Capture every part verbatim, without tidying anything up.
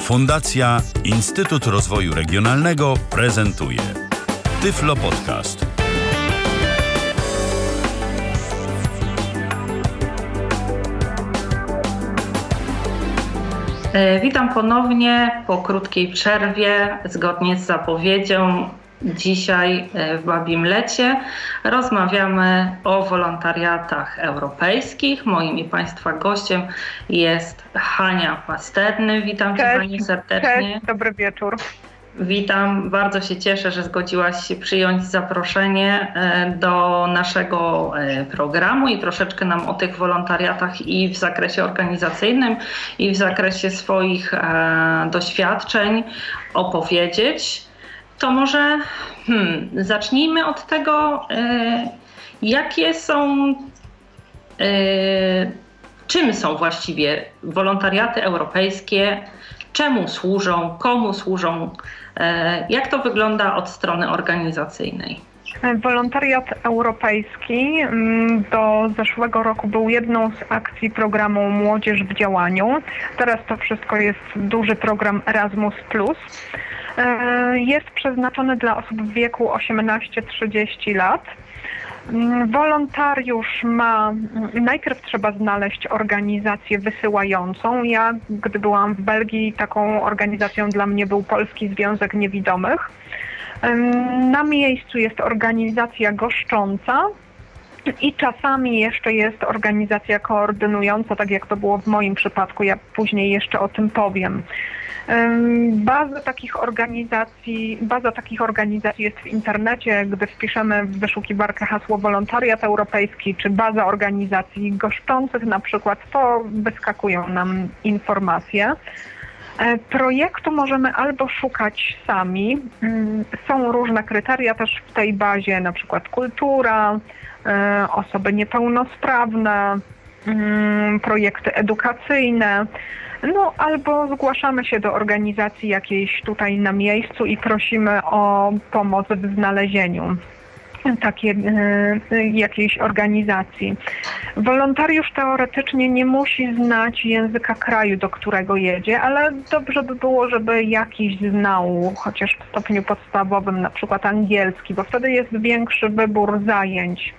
Fundacja Instytut Rozwoju Regionalnego prezentuje Tyflo Podcast. Witam ponownie po krótkiej przerwie. Zgodnie z zapowiedzią dzisiaj w Babim Lecie rozmawiamy o wolontariatach europejskich. Moim i Państwa gościem jest Hania Pasterny. Witam Cię, Pani, serdecznie. Cześć, dobry wieczór. Witam, bardzo się cieszę, że zgodziłaś się przyjąć zaproszenie do naszego programu i troszeczkę nam o tych wolontariatach i w zakresie organizacyjnym, i w zakresie swoich doświadczeń opowiedzieć. To może hmm, zacznijmy od tego, jakie są, czym są właściwie wolontariaty europejskie, czemu służą, komu służą, jak to wygląda od strony organizacyjnej? Wolontariat europejski do zeszłego roku był jedną z akcji programu Młodzież w działaniu. Teraz to wszystko jest duży program Erasmus plus. Jest przeznaczony dla osób w wieku osiemnaście do trzydziestu lat. Wolontariusz ma, najpierw trzeba znaleźć organizację wysyłającą. Ja, gdy byłam w Belgii, taką organizacją dla mnie był Polski Związek Niewidomych. Na miejscu jest organizacja goszcząca i czasami jeszcze jest organizacja koordynująca, tak jak to było w moim przypadku. Ja później jeszcze o tym powiem. Baza takich organizacji, baza takich organizacji jest w internecie. Gdy wpiszemy w wyszukiwarkę hasło wolontariat europejski czy baza organizacji goszczących na przykład, to wyskakują nam informacje. Projektu możemy albo szukać sami. Są różne kryteria też w tej bazie, na przykład kultura, osoby niepełnosprawne, projekty edukacyjne. No albo zgłaszamy się do organizacji jakiejś tutaj na miejscu i prosimy o pomoc w znalezieniu takiej jakiejś organizacji. Wolontariusz teoretycznie nie musi znać języka kraju, do którego jedzie, ale dobrze by było, żeby jakiś znał, chociaż w stopniu podstawowym, na przykład angielski, bo wtedy jest większy wybór zajęć.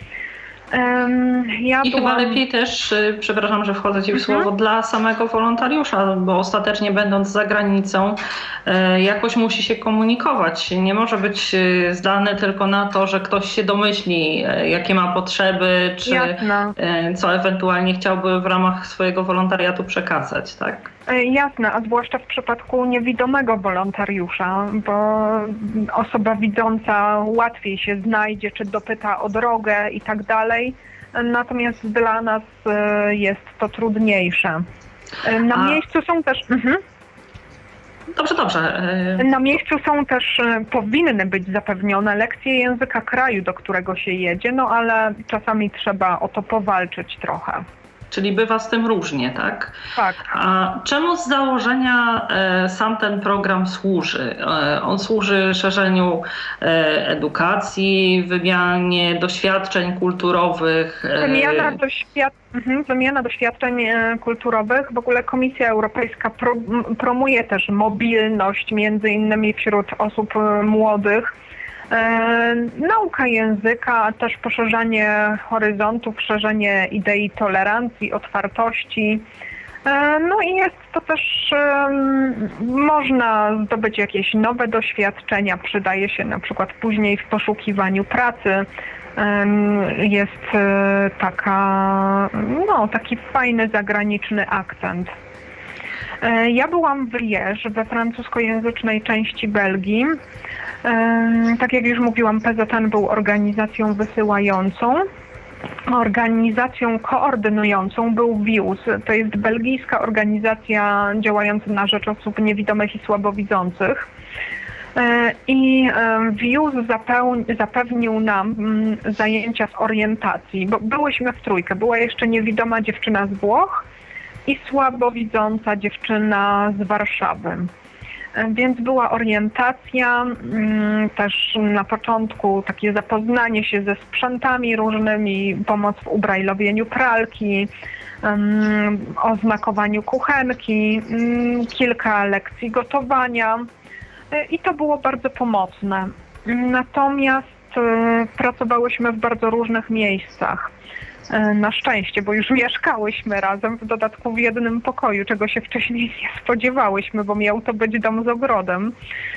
Ja I byłam... chyba lepiej też, przepraszam, że wchodzę Ci w słowo, mhm. dla samego wolontariusza, bo ostatecznie będąc za granicą jakoś musi się komunikować. Nie może być zdany tylko na to, że ktoś się domyśli, jakie ma potrzeby, czy Jasne. co ewentualnie chciałby w ramach swojego wolontariatu przekazać, tak? Jasne, a zwłaszcza w przypadku niewidomego wolontariusza, bo osoba widząca łatwiej się znajdzie, czy dopyta o drogę i tak dalej, natomiast dla nas jest to trudniejsze. Na a... miejscu są też... Mhm. Dobrze, dobrze. Na miejscu są też, powinny być zapewnione lekcje języka kraju, do którego się jedzie, no ale czasami trzeba o to powalczyć trochę. Czyli bywa z tym różnie, tak? Tak. A czemu z założenia e, sam ten program służy? E, on służy szerzeniu e, edukacji, wymianie doświadczeń kulturowych. E... Wymiana, doświad... mhm, wymiana doświadczeń e, kulturowych. W ogóle Komisja Europejska pro, m, promuje też mobilność, między innymi wśród osób e, młodych. E, nauka języka, też poszerzanie horyzontów, szerzenie idei tolerancji, otwartości. E, no i jest to też, e, można zdobyć jakieś nowe doświadczenia, przydaje się na przykład później w poszukiwaniu pracy. E, jest e, taka, no, taki fajny zagraniczny akcent. E, ja byłam w Liège, we francuskojęzycznej części Belgii. Tak jak już mówiłam, P Z N był organizacją wysyłającą. Organizacją koordynującą był V I U S. To jest belgijska organizacja działająca na rzecz osób niewidomych i słabowidzących. I V I U S zapewnił nam zajęcia z orientacji, bo byłyśmy w trójkę. Była jeszcze niewidoma dziewczyna z Włoch i słabowidząca dziewczyna z Warszawy. Więc była orientacja, też na początku takie zapoznanie się ze sprzętami różnymi, pomoc w ubrajlowieniu pralki, oznakowaniu kuchenki, kilka lekcji gotowania i to było bardzo pomocne. Natomiast pracowałyśmy w bardzo różnych miejscach. Na szczęście, bo już mieszkałyśmy razem, w dodatku w jednym pokoju, czego się wcześniej nie spodziewałyśmy, bo miał to być dom z ogrodem.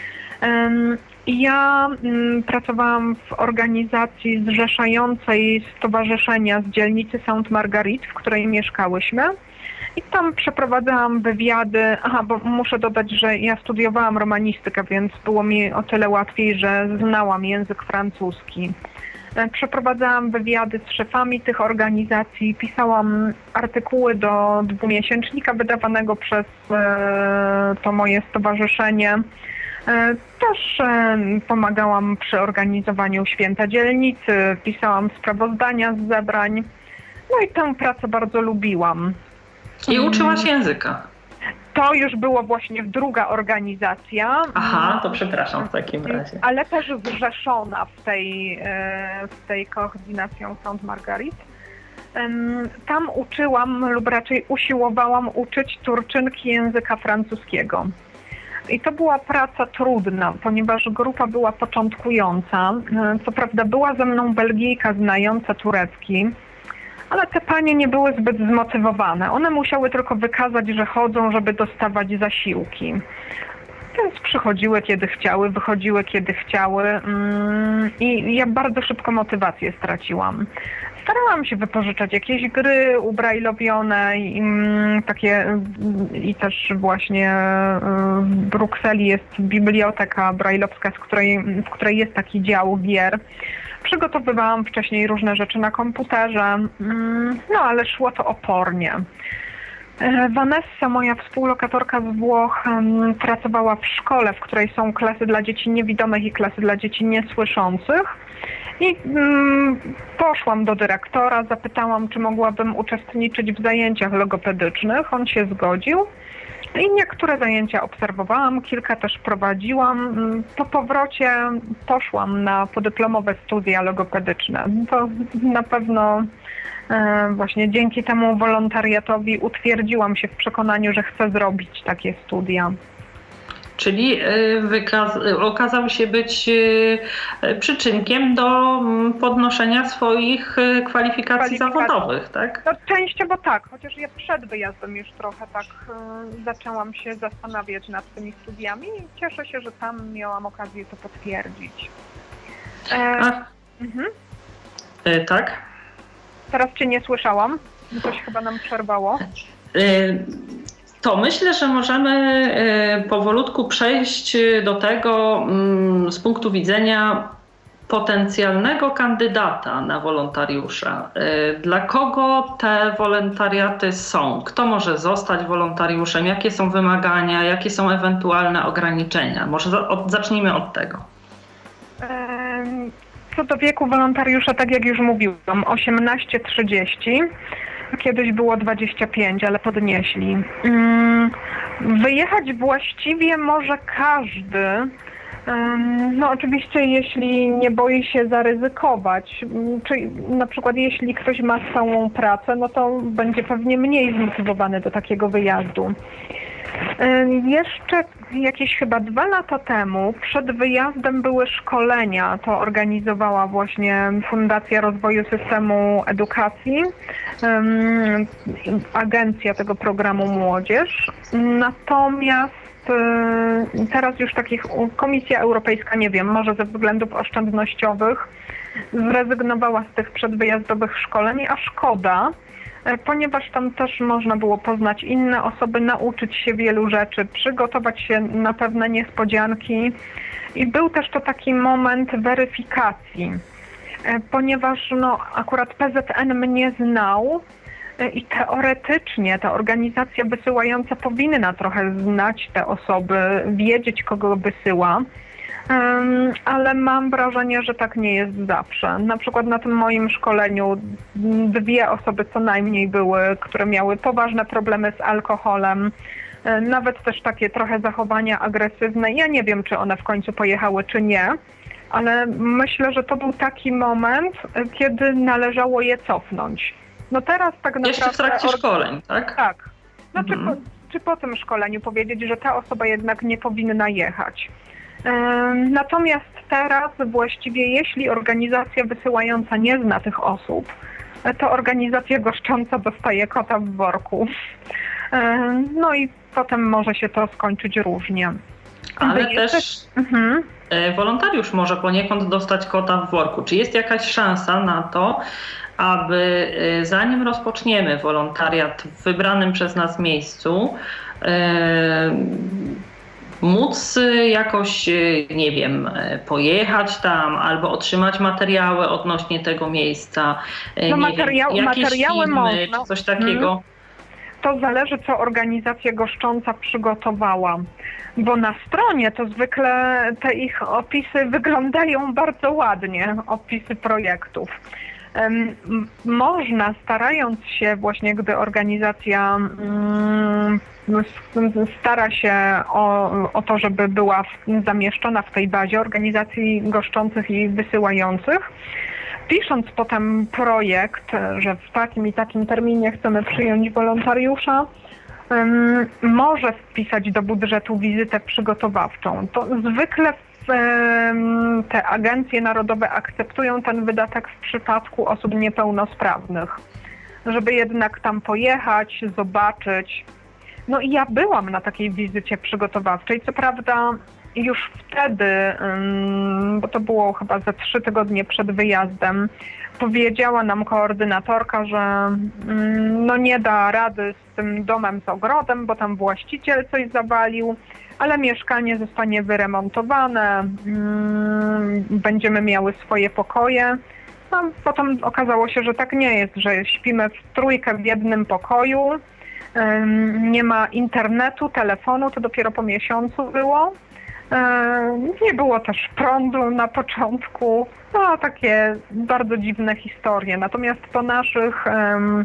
Ja pracowałam w organizacji zrzeszającej stowarzyszenia z dzielnicy Saint Marguerite, w której mieszkałyśmy. I tam przeprowadzałam wywiady, aha, bo muszę dodać, że ja studiowałam romanistykę, więc było mi o tyle łatwiej, że znałam język francuski. Przeprowadzałam wywiady z szefami tych organizacji, pisałam artykuły do dwumiesięcznika wydawanego przez to moje stowarzyszenie. Też pomagałam przy organizowaniu święta dzielnicy, pisałam sprawozdania z zebrań. No i tę pracę bardzo lubiłam. I uczyłaś języka? To już było właśnie druga organizacja. Aha, to przepraszam w takim razie. Ale też zrzeszona w tej, w tej koordynacją Saint Marguerite. Tam uczyłam lub raczej usiłowałam uczyć Turczynki języka francuskiego. I to była praca trudna, ponieważ grupa była początkująca. Co prawda była ze mną Belgijka znająca turecki, ale te panie nie były zbyt zmotywowane. One musiały tylko wykazać, że chodzą, żeby dostawać zasiłki. Więc przychodziły, kiedy chciały, wychodziły, kiedy chciały i ja bardzo szybko motywację straciłam. Starałam się wypożyczać jakieś gry ubrajlowione i takie i też właśnie w Brukseli jest biblioteka brajlowska, z której, w której jest taki dział gier. Przygotowywałam wcześniej różne rzeczy na komputerze, no ale szło to opornie. Vanessa, moja współlokatorka z Włoch, pracowała w szkole, w której są klasy dla dzieci niewidomych i klasy dla dzieci niesłyszących. I mm, poszłam do dyrektora, zapytałam, czy mogłabym uczestniczyć w zajęciach logopedycznych. On się zgodził. I niektóre zajęcia obserwowałam, kilka też prowadziłam. Po powrocie poszłam na podyplomowe studia logopedyczne. To na pewno e, właśnie dzięki temu wolontariatowi utwierdziłam się w przekonaniu, że chcę zrobić takie studia. Czyli wykaz- okazał się być przyczynkiem do podnoszenia swoich kwalifikacji zawodowych, tak? No, częściowo tak, chociaż ja przed wyjazdem już trochę tak y, zaczęłam się zastanawiać nad tymi studiami i cieszę się, że tam miałam okazję to potwierdzić. E, mhm. e, tak? Teraz Cię nie słyszałam, coś chyba nam przerwało. E, To myślę, że możemy powolutku przejść do tego z punktu widzenia potencjalnego kandydata na wolontariusza. Dla kogo te wolontariaty są? Kto może zostać wolontariuszem? Jakie są wymagania? Jakie są ewentualne ograniczenia? Może od, zacznijmy od tego. Co do wieku wolontariusza, tak jak już mówiłam, osiemnaście trzydzieści. Kiedyś było dwadzieścia pięć, ale podnieśli. Wyjechać właściwie może każdy. No oczywiście, jeśli nie boi się zaryzykować, czyli na przykład jeśli ktoś ma stałą pracę, no to będzie pewnie mniej zmotywowany do takiego wyjazdu. Jeszcze jakieś chyba dwa lata temu przed wyjazdem były szkolenia. To organizowała właśnie Fundacja Rozwoju Systemu Edukacji, agencja tego programu Młodzież. Natomiast teraz już takich, Komisja Europejska, nie wiem, może ze względów oszczędnościowych zrezygnowała z tych przedwyjazdowych szkoleń, a szkoda, ponieważ tam też można było poznać inne osoby, nauczyć się wielu rzeczy, przygotować się na pewne niespodzianki i był też to taki moment weryfikacji, ponieważ no, akurat P Z N mnie znał i teoretycznie ta organizacja wysyłająca powinna trochę znać te osoby, wiedzieć, kogo wysyła. Ale mam wrażenie, że tak nie jest zawsze. Na przykład na tym moim szkoleniu dwie osoby co najmniej były, które miały poważne problemy z alkoholem, nawet też takie trochę zachowania agresywne. Ja nie wiem, czy one w końcu pojechały, czy nie, ale myślę, że to był taki moment, kiedy należało je cofnąć. No teraz tak naprawdę... Jeszcze w trakcie szkoleń, tak? Tak. No mhm. czy, po, czy po tym szkoleniu powiedzieć, że ta osoba jednak nie powinna jechać. Natomiast teraz właściwie jeśli organizacja wysyłająca nie zna tych osób, to organizacja goszcząca dostaje kota w worku. No i potem może się to skończyć różnie. Ale też jesteś... mhm. wolontariusz może poniekąd dostać kota w worku. Czy jest jakaś szansa na to, aby zanim rozpoczniemy wolontariat w wybranym przez nas miejscu, móc jakoś, nie wiem, pojechać tam albo otrzymać materiały odnośnie tego miejsca, no nie materiał, wiem, jakieś materiały filmy, można. czy coś takiego? Hmm. To zależy, co organizacja goszcząca przygotowała, bo na stronie to zwykle te ich opisy wyglądają bardzo ładnie, opisy projektów. Można, starając się właśnie, gdy organizacja stara się o, o to, żeby była zamieszczona w tej bazie organizacji goszczących i wysyłających, pisząc potem projekt, że w takim i takim terminie chcemy przyjąć wolontariusza, może wpisać do budżetu wizytę przygotowawczą. To zwykle te agencje narodowe akceptują ten wydatek w przypadku osób niepełnosprawnych, żeby jednak tam pojechać, zobaczyć. No i ja byłam na takiej wizycie przygotowawczej, co prawda już wtedy, bo to było chyba ze trzy tygodnie przed wyjazdem, powiedziała nam koordynatorka, że no nie da rady z tym domem z ogrodem, bo tam właściciel coś zawalił, ale mieszkanie zostanie wyremontowane, będziemy miały swoje pokoje. No, potem okazało się, że tak nie jest, że śpimy w trójkę w jednym pokoju, nie ma internetu, telefonu, to dopiero po miesiącu było. Nie było też prądu na początku, no takie bardzo dziwne historie. Natomiast po naszych um,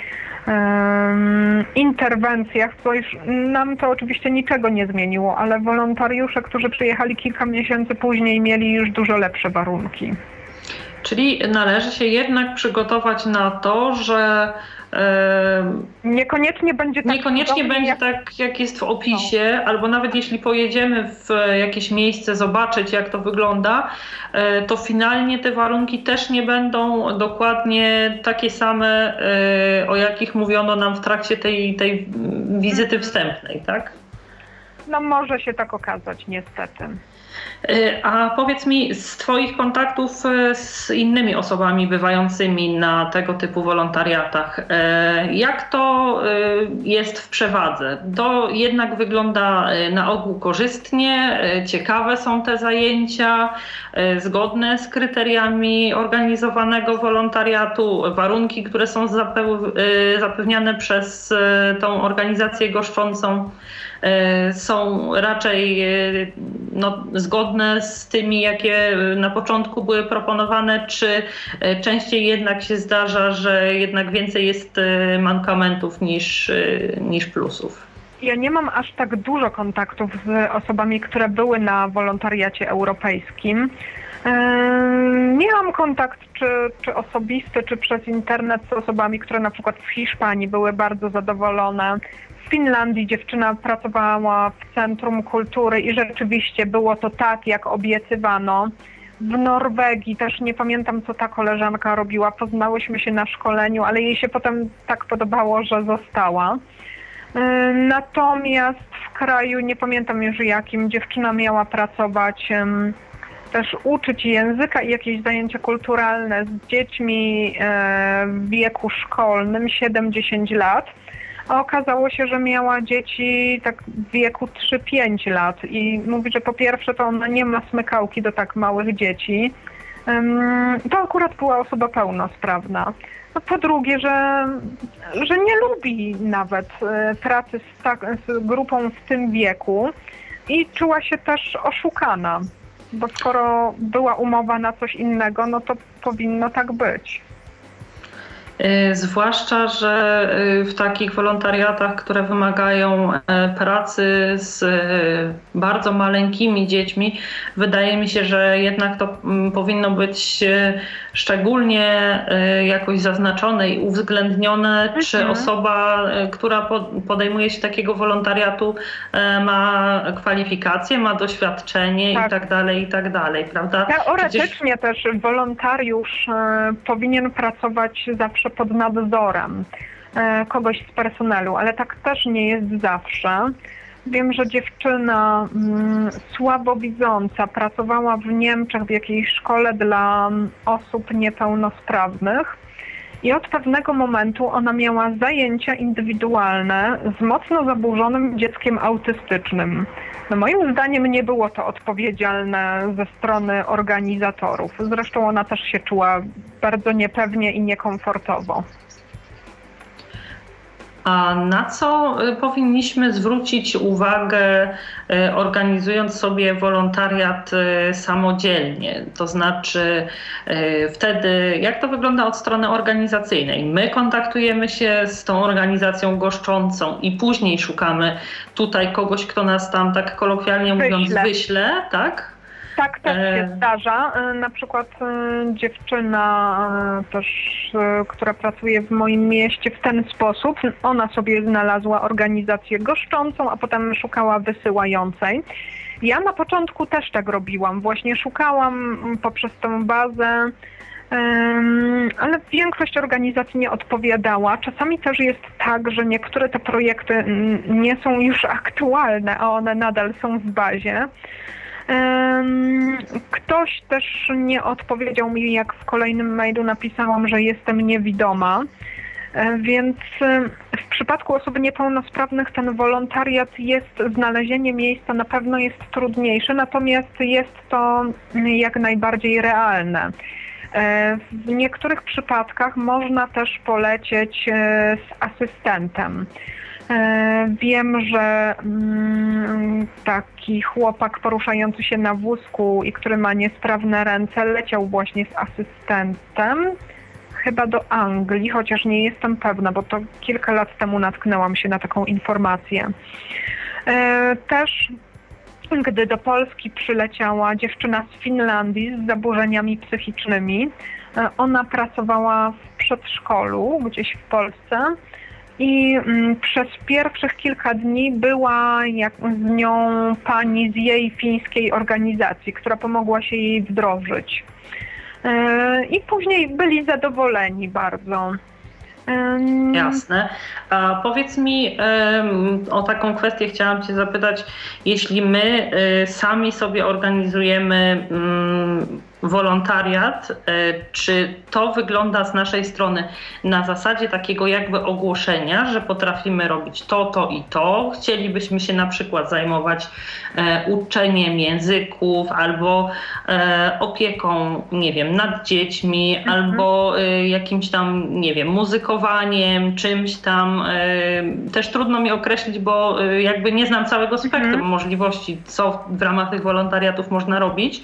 um, interwencjach, to już nam to oczywiście niczego nie zmieniło, ale wolontariusze, którzy przyjechali kilka miesięcy później, mieli już dużo lepsze warunki. Czyli należy się jednak przygotować na to, że Niekoniecznie będzie tak, Niekoniecznie będzie jak... tak, jak jest w opisie, no. Albo nawet jeśli pojedziemy w jakieś miejsce zobaczyć, jak to wygląda, to finalnie te warunki też nie będą dokładnie takie same, o jakich mówiono nam w trakcie tej, tej wizyty wstępnej, tak? No może się tak okazać, niestety. A powiedz mi, z Twoich kontaktów z innymi osobami bywającymi na tego typu wolontariatach, jak to jest w przewadze? To jednak wygląda na ogół korzystnie, ciekawe są te zajęcia, zgodne z kryteriami organizowanego wolontariatu, warunki, które są zapewniane przez tą organizację goszczącą, są raczej no, zgodne z tymi, jakie na początku były proponowane, czy częściej jednak się zdarza, że jednak więcej jest mankamentów niż, niż plusów? Ja nie mam aż tak dużo kontaktów z osobami, które były na wolontariacie europejskim. Miałam kontakt czy, czy osobisty, czy przez internet z osobami, które na przykład w Hiszpanii były bardzo zadowolone. W Finlandii dziewczyna pracowała w Centrum Kultury i rzeczywiście było to tak, jak obiecywano. W Norwegii też nie pamiętam, co ta koleżanka robiła. Poznałyśmy się na szkoleniu, ale jej się potem tak podobało, że została. Natomiast w kraju, nie pamiętam już jakim, dziewczyna miała pracować, też uczyć języka i jakieś zajęcia kulturalne z dziećmi w wieku szkolnym, siedem dziesięć lat. A okazało się, że miała dzieci tak w wieku trzy pięć lat i mówi, że po pierwsze to ona nie ma smykałki do tak małych dzieci. To akurat była osoba pełnosprawna. No po drugie, że, że nie lubi nawet pracy z, tak, z grupą w tym wieku i czuła się też oszukana, bo skoro była umowa na coś innego, no to powinno tak być. Zwłaszcza, że w takich wolontariatach, które wymagają pracy z bardzo maleńkimi dziećmi, wydaje mi się, że jednak to powinno być szczególnie jakoś zaznaczone i uwzględnione, mhm. czy osoba, która podejmuje się takiego wolontariatu, ma kwalifikacje, ma doświadczenie tak. i tak dalej, i tak dalej, prawda? Teoretycznie Przecież... też wolontariusz powinien pracować zawsze pod nadzorem kogoś z personelu, ale tak też nie jest zawsze. Wiem, że dziewczyna mm, słabowidząca pracowała w Niemczech w jakiejś szkole dla osób niepełnosprawnych i od pewnego momentu ona miała zajęcia indywidualne z mocno zaburzonym dzieckiem autystycznym. No moim zdaniem nie było to odpowiedzialne ze strony organizatorów. Zresztą ona też się czuła bardzo niepewnie i niekomfortowo. A na co powinniśmy zwrócić uwagę, organizując sobie wolontariat samodzielnie? To znaczy wtedy, jak to wygląda od strony organizacyjnej? My kontaktujemy się z tą organizacją goszczącą i później szukamy tutaj kogoś, kto nas tam, tak kolokwialnie mówiąc, wyśle, wyśle tak? Tak też się zdarza. Na przykład dziewczyna też, która pracuje w moim mieście w ten sposób, ona sobie znalazła organizację goszczącą, a potem szukała wysyłającej. Ja na początku też tak robiłam. Właśnie szukałam poprzez tę bazę, ale większość organizacji nie odpowiadała. Czasami też jest tak, że niektóre te projekty nie są już aktualne, a one nadal są w bazie. Ktoś też nie odpowiedział mi, jak w kolejnym mailu napisałam, że jestem niewidoma, więc w przypadku osób niepełnosprawnych ten wolontariat jest, znalezienie miejsca na pewno jest trudniejsze, natomiast jest to jak najbardziej realne. W niektórych przypadkach można też polecieć z asystentem. Wiem, że taki chłopak poruszający się na wózku i który ma niesprawne ręce leciał właśnie z asystentem, chyba do Anglii, chociaż nie jestem pewna, bo to kilka lat temu natknęłam się na taką informację. Też gdy do Polski przyleciała dziewczyna z Finlandii z zaburzeniami psychicznymi, ona pracowała w przedszkolu gdzieś w Polsce. I przez pierwszych kilka dni była jak z nią pani z jej fińskiej organizacji, która pomogła się jej wdrożyć. I później byli zadowoleni bardzo. Jasne. A powiedz mi, o taką kwestię chciałam Cię zapytać, jeśli my sami sobie organizujemy wolontariat, czy to wygląda z naszej strony na zasadzie takiego jakby ogłoszenia, że potrafimy robić to, to i to. Chcielibyśmy się na przykład zajmować uczeniem języków albo opieką, nie wiem, nad dziećmi, mhm. albo jakimś tam, nie wiem, muzykowaniem, czymś tam. Też trudno mi określić, bo jakby nie znam całego spektrum mhm. możliwości, co w ramach tych wolontariatów można robić.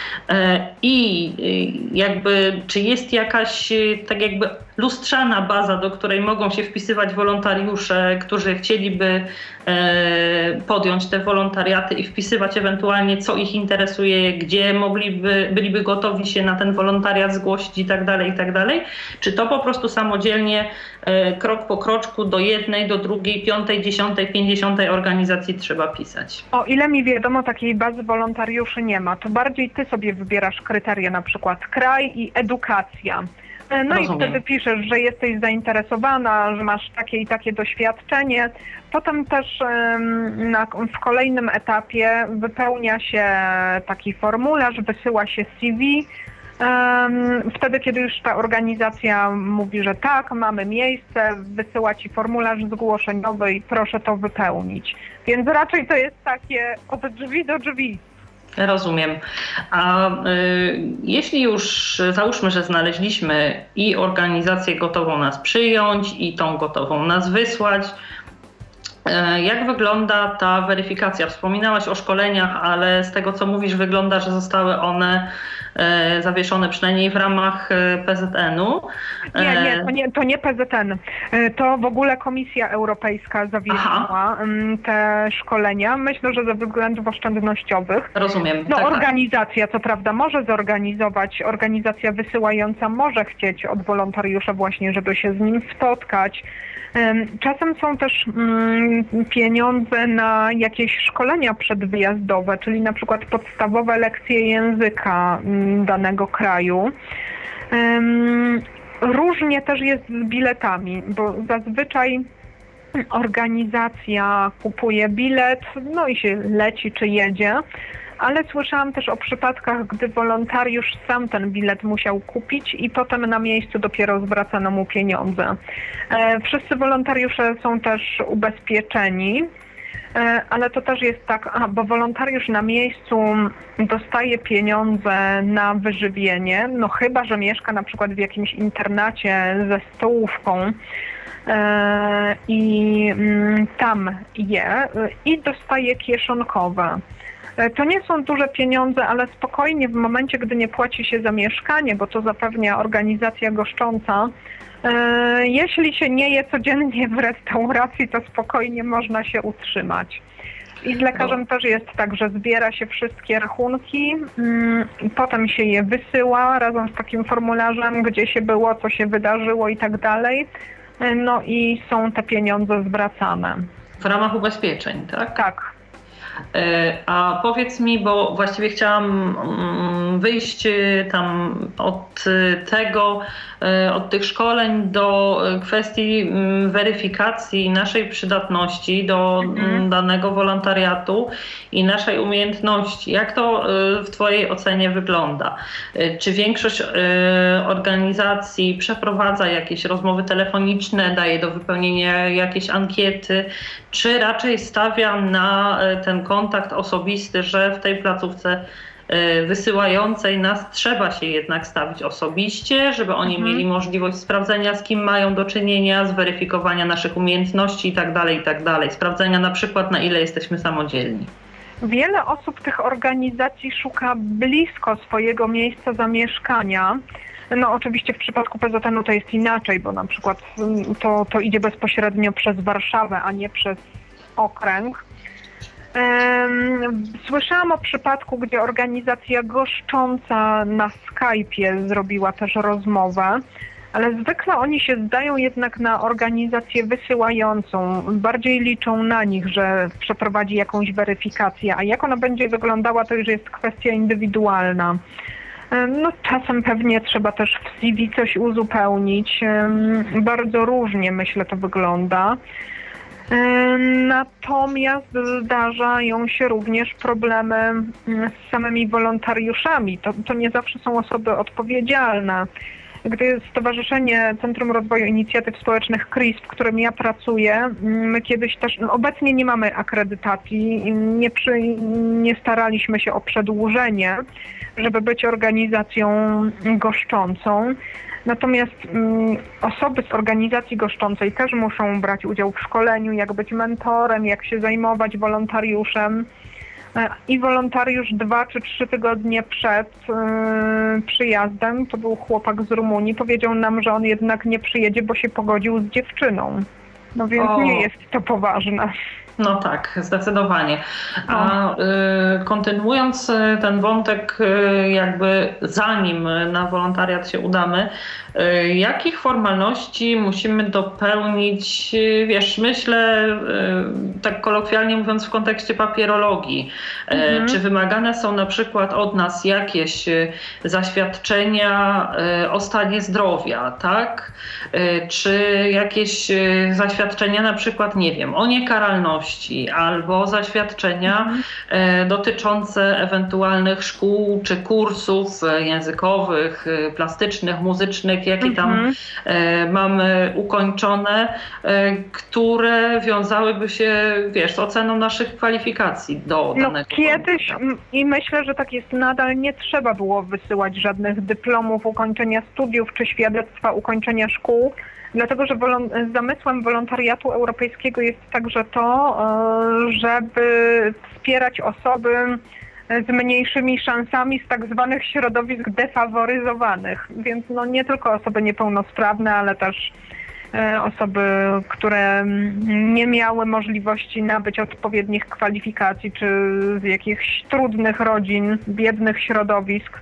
I jakby, czy jest jakaś tak jakby lustrzana baza, do której mogą się wpisywać wolontariusze, którzy chcieliby podjąć te wolontariaty i wpisywać ewentualnie, co ich interesuje, gdzie mogliby, byliby gotowi się na ten wolontariat zgłosić i tak dalej, i tak dalej. Czy to po prostu samodzielnie, krok po kroczku do jednej, do drugiej, piątej, dziesiątej, pięćdziesiątej organizacji trzeba pisać? O ile mi wiadomo, takiej bazy wolontariuszy nie ma. To bardziej ty sobie wybierasz kryteria, na przykład kraj i edukacja. No Rozumiem. I wtedy piszesz, że jesteś zainteresowana, że masz takie i takie doświadczenie. Potem też na, w kolejnym etapie wypełnia się taki formularz, wysyła się C V. Wtedy, kiedy już ta organizacja mówi, że tak, mamy miejsce, wysyła ci formularz zgłoszeniowy i proszę to wypełnić. Więc raczej to jest takie od drzwi do drzwi. Rozumiem. A y, jeśli już załóżmy, że znaleźliśmy i organizację gotową nas przyjąć, i tą gotową nas wysłać, y, jak wygląda ta weryfikacja? Wspominałaś o szkoleniach, ale z tego, co mówisz, wygląda, że zostały one zawieszony, przynajmniej w ramach P Z N-u. Nie, nie, to nie, to nie P Z N. To w ogóle Komisja Europejska zawiesiła Aha. te szkolenia. Myślę, że ze względów oszczędnościowych. Rozumiem. No tak, organizacja, co prawda, może zorganizować, organizacja wysyłająca może chcieć od wolontariusza właśnie, żeby się z nim spotkać. Czasem są też pieniądze na jakieś szkolenia przedwyjazdowe, czyli na przykład podstawowe lekcje języka danego kraju. Różnie też jest z biletami, bo zazwyczaj organizacja kupuje bilet, no i się leci czy jedzie, ale słyszałam też o przypadkach, gdy wolontariusz sam ten bilet musiał kupić i potem na miejscu dopiero zwracano mu pieniądze. Wszyscy wolontariusze są też ubezpieczeni, ale to też jest tak, aha, bo wolontariusz na miejscu dostaje pieniądze na wyżywienie, no chyba że mieszka na przykład w jakimś internacie ze stołówką i tam je i dostaje kieszonkowe. To nie są duże pieniądze, ale spokojnie w momencie, gdy nie płaci się za mieszkanie, bo to zapewnia organizacja goszcząca, jeśli się nie je codziennie w restauracji, to spokojnie można się utrzymać. I z lekarzem no. też jest tak, że zbiera się wszystkie rachunki, i potem się je wysyła razem z takim formularzem, gdzie się było, co się wydarzyło i tak dalej. No i są te pieniądze zwracane. W ramach ubezpieczeń, tak? Tak. A powiedz mi, bo właściwie chciałam wyjść tam od tego, od tych szkoleń do kwestii weryfikacji naszej przydatności do mhm. danego wolontariatu i naszej umiejętności. Jak to w Twojej ocenie wygląda? Czy większość organizacji przeprowadza jakieś rozmowy telefoniczne, daje do wypełnienia jakieś ankiety, czy raczej stawia na ten kontakt osobisty, że w tej placówce wysyłającej nas trzeba się jednak stawić osobiście, żeby oni mhm. mieli możliwość sprawdzenia, z kim mają do czynienia, zweryfikowania naszych umiejętności itd., itd., sprawdzenia na przykład, na ile jesteśmy samodzielni. Wiele osób tych organizacji szuka blisko swojego miejsca zamieszkania. No oczywiście w przypadku P Z N-u to jest inaczej, bo na przykład to, to idzie bezpośrednio przez Warszawę, a nie przez okręg. Słyszałam o przypadku, gdzie organizacja goszcząca na Skype'ie zrobiła też rozmowę, ale zwykle oni się zdają jednak na organizację wysyłającą. Bardziej liczą na nich, że przeprowadzi jakąś weryfikację, a jak ona będzie wyglądała, to już jest kwestia indywidualna. No czasem pewnie trzeba też w C V coś uzupełnić. Bardzo różnie, myślę, to wygląda. Natomiast zdarzają się również problemy z samymi wolontariuszami. To, to nie zawsze są osoby odpowiedzialne. Gdy Stowarzyszenie Centrum Rozwoju Inicjatyw Społecznych K R I S, w którym ja pracuję, my kiedyś też, no obecnie nie mamy akredytacji, nie, przy, nie staraliśmy się o przedłużenie, żeby być organizacją goszczącą. Natomiast um, osoby z organizacji goszczącej też muszą brać udział w szkoleniu, jak być mentorem, jak się zajmować wolontariuszem. I wolontariusz dwa czy trzy tygodnie przed yy, przyjazdem, to był chłopak z Rumunii, powiedział nam, że on jednak nie przyjedzie, bo się pogodził z dziewczyną. No więc o. nie jest to poważne. No tak, zdecydowanie. A y, kontynuując ten wątek, y, jakby zanim na wolontariat się udamy, y, jakich formalności musimy dopełnić, y, wiesz, myślę, y, tak kolokwialnie mówiąc, w kontekście papierologii. Mhm. Y, czy wymagane są na przykład od nas jakieś y, zaświadczenia y, o stanie zdrowia, tak? Y, czy jakieś y, zaświadczenia na przykład, nie wiem, o niekaralności, albo zaświadczenia mhm. dotyczące ewentualnych szkół czy kursów językowych, plastycznych, muzycznych, jakie mhm. tam mamy ukończone, które wiązałyby się, wiesz, z oceną naszych kwalifikacji do danego. No kiedyś konta. I myślę, że tak jest nadal, nie trzeba było wysyłać żadnych dyplomów ukończenia studiów czy świadectwa ukończenia szkół. Dlatego, że wolon- zamysłem wolontariatu europejskiego jest także to, żeby wspierać osoby z mniejszymi szansami z tak zwanych środowisk defaworyzowanych. Więc no nie tylko osoby niepełnosprawne, ale też osoby, które nie miały możliwości nabyć odpowiednich kwalifikacji, czy z jakichś trudnych rodzin, biednych środowisk.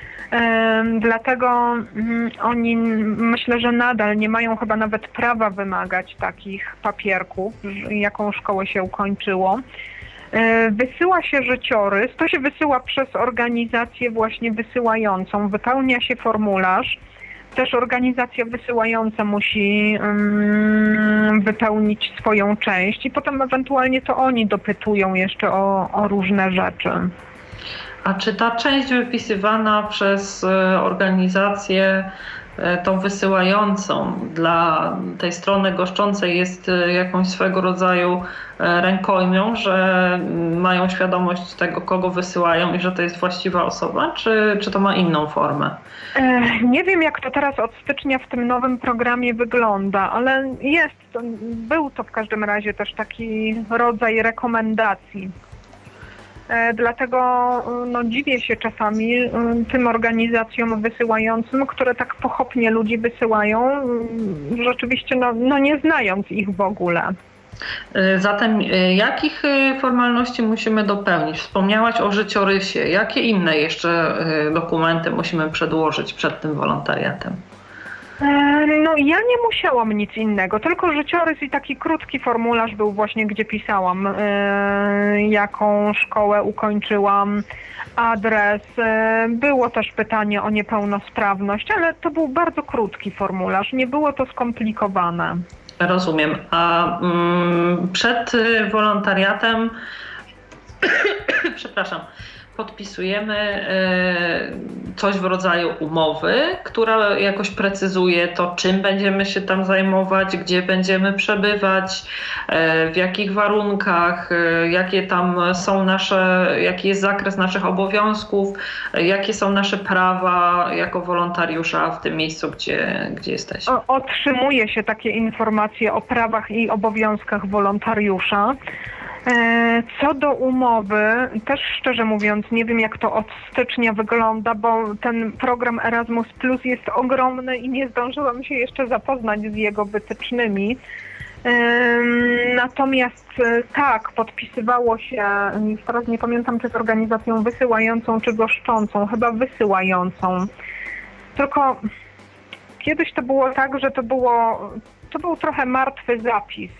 Dlatego oni, myślę, że nadal nie mają chyba nawet prawa wymagać takich papierków, jaką szkołę się ukończyło. Wysyła się życiorys, to się wysyła przez organizację właśnie wysyłającą, wypełnia się formularz. Też organizacja wysyłająca musi um, wypełnić swoją część i potem ewentualnie to oni dopytują jeszcze o, o różne rzeczy. A czy ta część wypisywana przez organizację, tą wysyłającą dla tej strony goszczącej jest jakąś swego rodzaju rękojmią, że mają świadomość tego, kogo wysyłają i że to jest właściwa osoba, czy, czy to ma inną formę? Nie wiem, jak to teraz od stycznia w tym nowym programie wygląda, ale jest, to, był to w każdym razie też taki rodzaj rekomendacji. Dlatego no, dziwię się czasami tym organizacjom wysyłającym, które tak pochopnie ludzi wysyłają, rzeczywiście no, no nie znając ich w ogóle. Zatem jakich formalności musimy dopełnić? Wspomniałaś o życiorysie. Jakie inne jeszcze dokumenty musimy przedłożyć przed tym wolontariatem? No ja nie musiałam nic innego, tylko życiorys i taki krótki formularz był właśnie, gdzie pisałam, yy, jaką szkołę ukończyłam, adres. Yy, było też pytanie o niepełnosprawność, ale to był bardzo krótki formularz, nie było to skomplikowane. Rozumiem. A mm, przed wolontariatem, przepraszam, podpisujemy coś w rodzaju umowy, która jakoś precyzuje to, czym będziemy się tam zajmować, gdzie będziemy przebywać, w jakich warunkach, jakie tam są nasze, jaki jest zakres naszych obowiązków, jakie są nasze prawa jako wolontariusza w tym miejscu, gdzie, gdzie jesteśmy. Otrzymuje się takie informacje o prawach i obowiązkach wolontariusza. Co do umowy, też szczerze mówiąc nie wiem, jak to od stycznia wygląda, bo ten program Erasmus Plus jest ogromny i nie zdążyłam się jeszcze zapoznać z jego wytycznymi. Natomiast tak, podpisywało się, teraz nie pamiętam, czy z organizacją wysyłającą, czy goszczącą, chyba wysyłającą. Tylko kiedyś to było tak, że to było, to był trochę martwy zapis.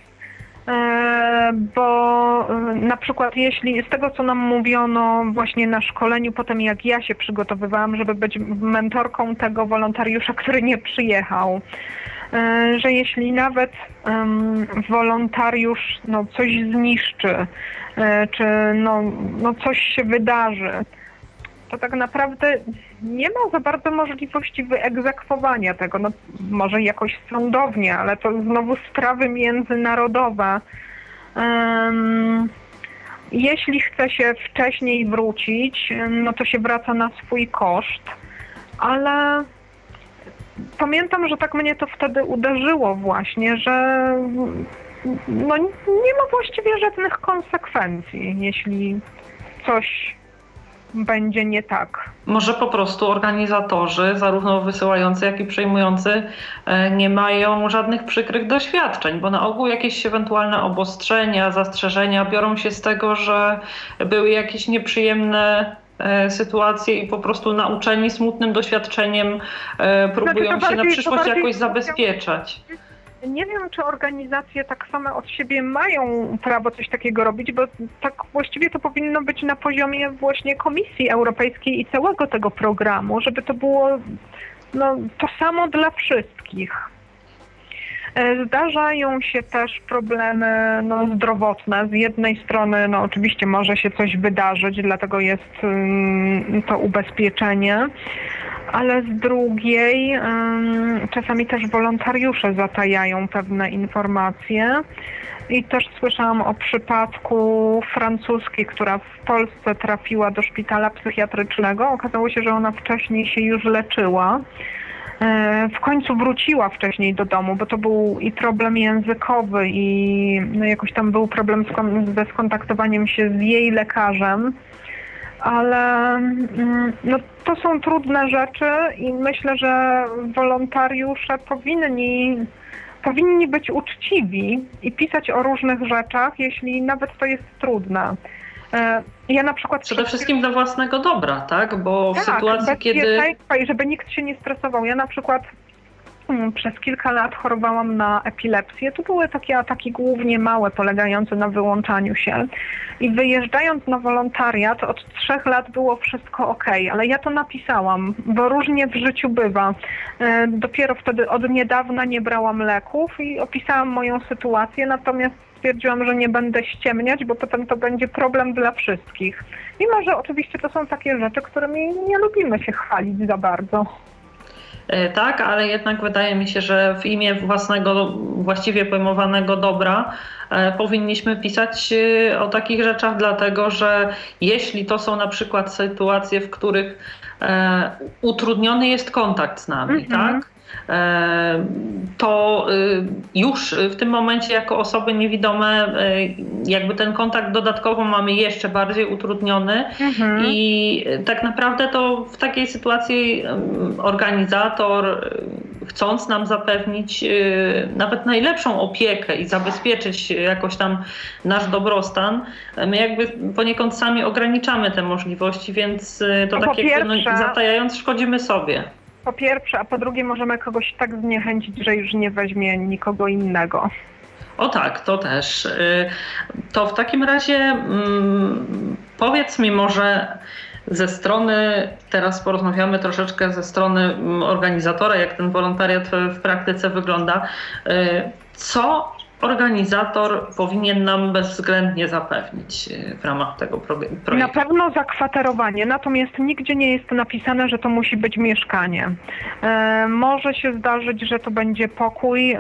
Bo na przykład jeśli z tego, co nam mówiono właśnie na szkoleniu, potem jak ja się przygotowywałam, żeby być mentorką tego wolontariusza, który nie przyjechał, że jeśli nawet wolontariusz no, coś zniszczy, czy no, no coś się wydarzy, to tak naprawdę nie ma za bardzo możliwości wyegzekwowania tego. No, może jakoś sądownie, ale to znowu sprawy międzynarodowe. Um, jeśli chce się wcześniej wrócić, no to się wraca na swój koszt, ale pamiętam, że tak mnie to wtedy uderzyło właśnie, że no, nie ma właściwie żadnych konsekwencji, jeśli coś będzie nie tak. Może po prostu organizatorzy, zarówno wysyłający, jak i przyjmujący, nie mają żadnych przykrych doświadczeń, bo na ogół jakieś ewentualne obostrzenia, zastrzeżenia biorą się z tego, że były jakieś nieprzyjemne sytuacje i po prostu nauczeni smutnym doświadczeniem próbują znaczy, się bardziej, na przyszłość bardziej... jakoś zabezpieczać. Nie wiem, czy organizacje tak same od siebie mają prawo coś takiego robić, bo tak właściwie to powinno być na poziomie właśnie Komisji Europejskiej i całego tego programu, żeby to było no, to samo dla wszystkich. Zdarzają się też problemy no, zdrowotne. Z jednej strony no, oczywiście może się coś wydarzyć, dlatego jest um, to ubezpieczenie, ale z drugiej um, czasami też wolontariusze zatajają pewne informacje. I też słyszałam o przypadku francuskiej, która w Polsce trafiła do szpitala psychiatrycznego. Okazało się, że ona wcześniej się już leczyła. W końcu wróciła wcześniej do domu, bo to był i problem językowy i no jakoś tam był problem ze skontaktowaniem się z jej lekarzem. ale no, to są trudne rzeczy i myślę, że wolontariusze powinni, powinni być uczciwi i pisać o różnych rzeczach, jeśli nawet to jest trudne. Ja na przykład Przede wszystkim dla własnego dobra, tak? Bo w tak, sytuacji, kiedy... I żeby nikt się nie stresował. Ja na przykład przez kilka lat chorowałam na epilepsję. To były takie ataki głównie małe, polegające na wyłączaniu się. I wyjeżdżając na wolontariat od trzech lat było wszystko okej, ale ja to napisałam, bo różnie w życiu bywa. Dopiero wtedy od niedawna nie brałam leków i opisałam moją sytuację, natomiast stwierdziłam, że nie będę ściemniać, bo potem to będzie problem dla wszystkich. Mimo że oczywiście to są takie rzeczy, którymi nie lubimy się chwalić za bardzo. Tak, ale jednak wydaje mi się, że w imię własnego, właściwie pojmowanego dobra e, powinniśmy pisać e, o takich rzeczach, dlatego że jeśli to są na przykład sytuacje, w których e, utrudniony jest kontakt z nami, mm-hmm. tak? To już w tym momencie jako osoby niewidome jakby ten kontakt dodatkowo mamy jeszcze bardziej utrudniony mhm. i tak naprawdę to w takiej sytuacji organizator, chcąc nam zapewnić nawet najlepszą opiekę i zabezpieczyć jakoś tam nasz dobrostan, my jakby poniekąd sami ograniczamy te możliwości, więc to no tak jakby pierwsze... no, zatajając szkodzimy sobie. Po pierwsze, a po drugie możemy kogoś tak zniechęcić, że już nie weźmie nikogo innego. O tak, to też. To w takim razie powiedz mi może ze strony, teraz porozmawiamy troszeczkę ze strony organizatora, jak ten wolontariat w praktyce wygląda. Co organizator powinien nam bezwzględnie zapewnić w ramach tego projektu? Na pewno zakwaterowanie, natomiast nigdzie nie jest napisane, że to musi być mieszkanie. E, może się zdarzyć, że to będzie pokój e,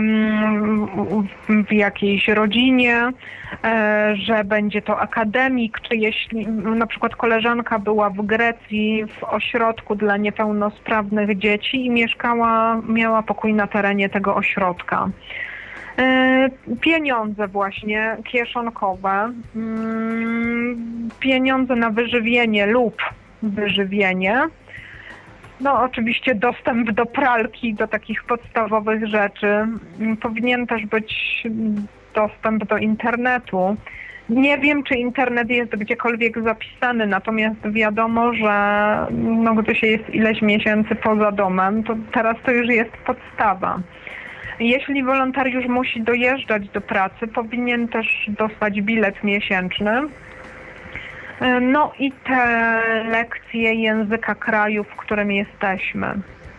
w jakiejś rodzinie, e, że będzie to akademik, czy jeśli na przykład koleżanka była w Grecji w ośrodku dla niepełnosprawnych dzieci i mieszkała, miała pokój na terenie tego ośrodka. Pieniądze właśnie kieszonkowe, pieniądze na wyżywienie lub wyżywienie, no oczywiście dostęp do pralki, do takich podstawowych rzeczy, powinien też być dostęp do internetu. Nie wiem, czy internet jest gdziekolwiek zapisany, natomiast wiadomo, że no, gdy się jest ileś miesięcy poza domem, to teraz to już jest podstawa. Jeśli wolontariusz musi dojeżdżać do pracy, powinien też dostać bilet miesięczny. No i te lekcje języka kraju, w którym jesteśmy.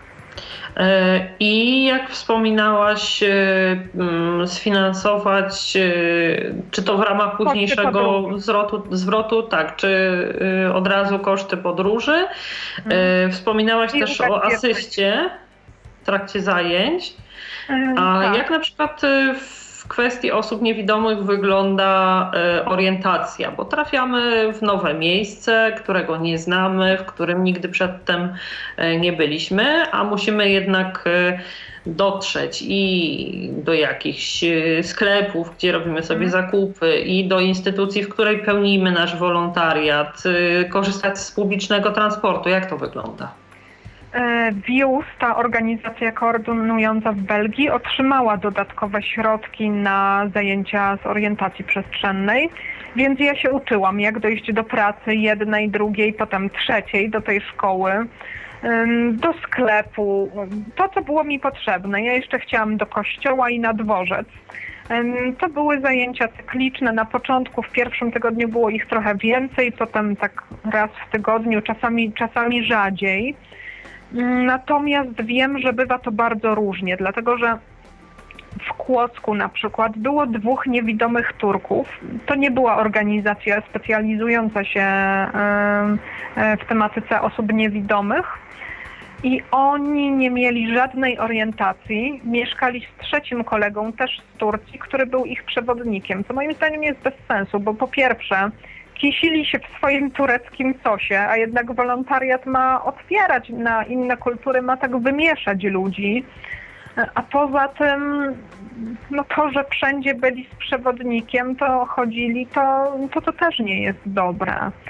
I jak wspominałaś, sfinansować, czy to w ramach późniejszego zwrotu, zwrotu, tak, czy od razu koszty podróży. Hmm. Wspominałaś I też o asyście w trakcie zajęć. A tak. Jak na przykład w kwestii osób niewidomych wygląda orientacja? Bo trafiamy w nowe miejsce, którego nie znamy, w którym nigdy przedtem nie byliśmy, a musimy jednak dotrzeć i do jakichś sklepów, gdzie robimy sobie zakupy, i do instytucji, w której pełnimy nasz wolontariat, korzystać z publicznego transportu. Jak to wygląda? V I U S, ta organizacja koordynująca w Belgii, otrzymała dodatkowe środki na zajęcia z orientacji przestrzennej, więc ja się uczyłam, jak dojść do pracy jednej, drugiej, potem trzeciej, do tej szkoły, do sklepu, to co było mi potrzebne. Ja jeszcze chciałam do kościoła i na dworzec. To były zajęcia cykliczne. Na początku, w pierwszym tygodniu było ich trochę więcej, potem tak raz w tygodniu, czasami, czasami rzadziej. Natomiast wiem, że bywa to bardzo różnie, dlatego że w Kłodzku na przykład było dwóch niewidomych Turków. To nie była organizacja specjalizująca się w tematyce osób niewidomych i oni nie mieli żadnej orientacji. Mieszkali z trzecim kolegą, też z Turcji, który był ich przewodnikiem, co moim zdaniem jest bez sensu, bo po pierwsze kisili się w swoim tureckim sosie, a jednak wolontariat ma otwierać na inne kultury, ma tak wymieszać ludzi. A poza tym, no to, że wszędzie byli z przewodnikiem, to chodzili, to to, to też nie jest dobre.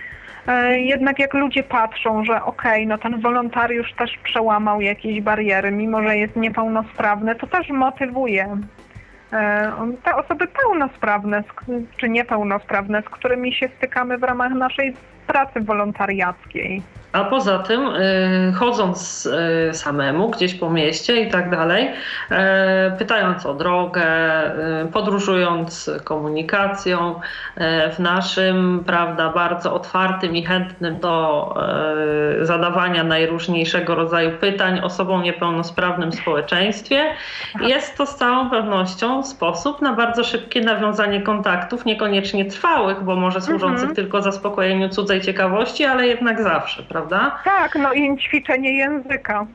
Jednak jak ludzie patrzą, że okej, okay, no ten wolontariusz też przełamał jakieś bariery, mimo że jest niepełnosprawny, to też motywuje te osoby pełnosprawne czy niepełnosprawne, z którymi się stykamy w ramach naszej pracy wolontariackiej. A poza tym, chodząc samemu gdzieś po mieście i tak dalej, pytając o drogę, podróżując komunikacją, w naszym, prawda, bardzo otwartym i chętnym do zadawania najróżniejszego rodzaju pytań osobom niepełnosprawnym w społeczeństwie, jest to z całą pewnością sposób na bardzo szybkie nawiązanie kontaktów, niekoniecznie trwałych, bo może służących mhm. tylko zaspokojeniu cudzej ciekawości, ale jednak zawsze, prawda? Tak, no i ćwiczenie języka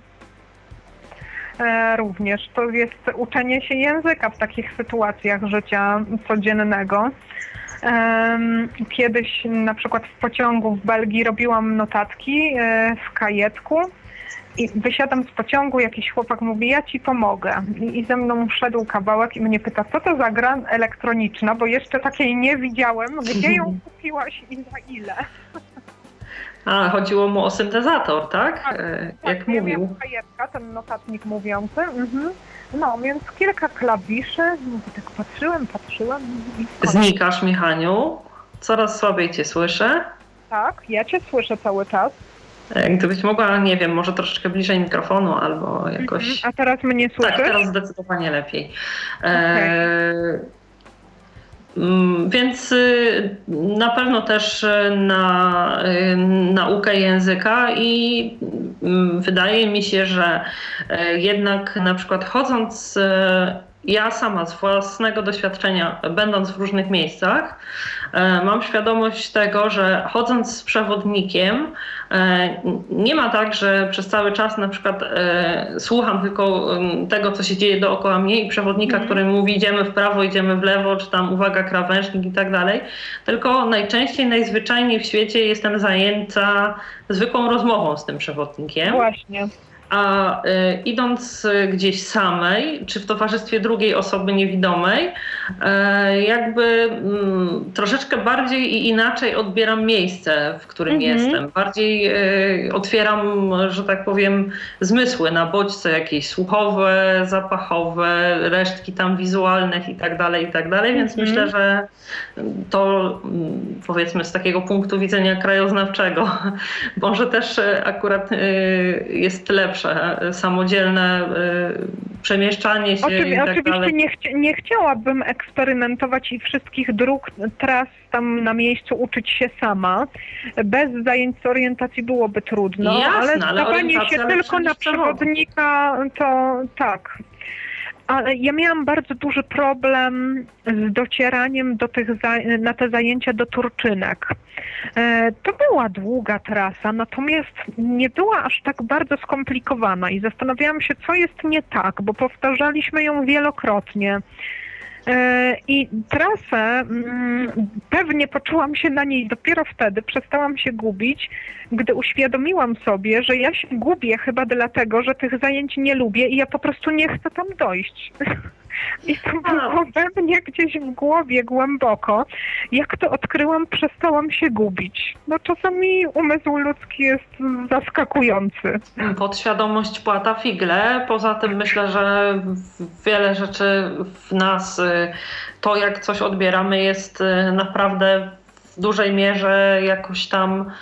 e, również. To jest uczenie się języka w takich sytuacjach życia codziennego. E, kiedyś na przykład w pociągu w Belgii robiłam notatki e, w kajetku i wysiadam z pociągu, jakiś chłopak mówi, ja ci pomogę. I, i ze mną szedł kawałek i mnie pyta, co to za gra elektroniczna, bo jeszcze takiej nie widziałem, gdzie ją kupiłaś i za ile? A, chodziło mu o syntezator, tak? Tak, Jak tak, mówił. Ja kajetka, ten notatnik mówiący. Mhm. No, więc kilka klawiszy. Tak patrzyłem, patrzyłem. I Znikasz, Michaniu. Coraz słabiej cię słyszę. Tak, ja cię słyszę cały czas. Gdybyś mogła, nie wiem, może troszeczkę bliżej mikrofonu albo jakoś... Mhm. A teraz mnie słyszysz? Tak, teraz zdecydowanie lepiej. Okay. E... Więc na pewno też na naukę języka i wydaje mi się, że jednak na przykład chodząc ja sama z własnego doświadczenia, będąc w różnych miejscach, mam świadomość tego, że chodząc z przewodnikiem nie ma tak, że przez cały czas na przykład słucham tylko tego, co się dzieje dookoła mnie i przewodnika, mm. który mówi idziemy w prawo, idziemy w lewo, czy tam uwaga krawężnik i tak dalej, tylko najczęściej, najzwyczajniej w świecie jestem zajęta zwykłą rozmową z tym przewodnikiem. Właśnie. A y, idąc gdzieś samej, czy w towarzystwie drugiej osoby niewidomej, y, jakby y, troszeczkę bardziej i inaczej odbieram miejsce, w którym mm-hmm. jestem. Bardziej y, otwieram, że tak powiem, zmysły na bodźce jakieś słuchowe, zapachowe, resztki tam wizualnych i tak dalej, i tak dalej. Więc mm-hmm. myślę, że to powiedzmy z takiego punktu widzenia krajoznawczego może też akurat y, jest lepsze. Samodzielne y, przemieszczanie się Oczywi- i tak Oczywiście dalej. Nie, chci- nie chciałabym eksperymentować i wszystkich dróg, tras tam na miejscu uczyć się sama. Bez zajęć z orientacji byłoby trudno, Jasne, ale ale zdawanie się tylko na przewodnika to tak. Ale ja miałam bardzo duży problem z docieraniem do tych za- na te zajęcia do Turczynek. E, to była długa trasa, natomiast nie była aż tak bardzo skomplikowana i zastanawiałam się, co jest nie tak, bo powtarzaliśmy ją wielokrotnie. I trasę pewnie poczułam się na niej dopiero wtedy, przestałam się gubić, gdy uświadomiłam sobie, że ja się gubię chyba dlatego, że tych zajęć nie lubię i ja po prostu nie chcę tam dojść. I to było we mnie gdzieś w głowie głęboko. Jak to odkryłam, przestałam się gubić. No czasami umysł ludzki jest zaskakujący. Podświadomość płata figle. Poza tym myślę, że wiele rzeczy w nas, to jak coś odbieramy, jest naprawdę w dużej mierze jakoś tam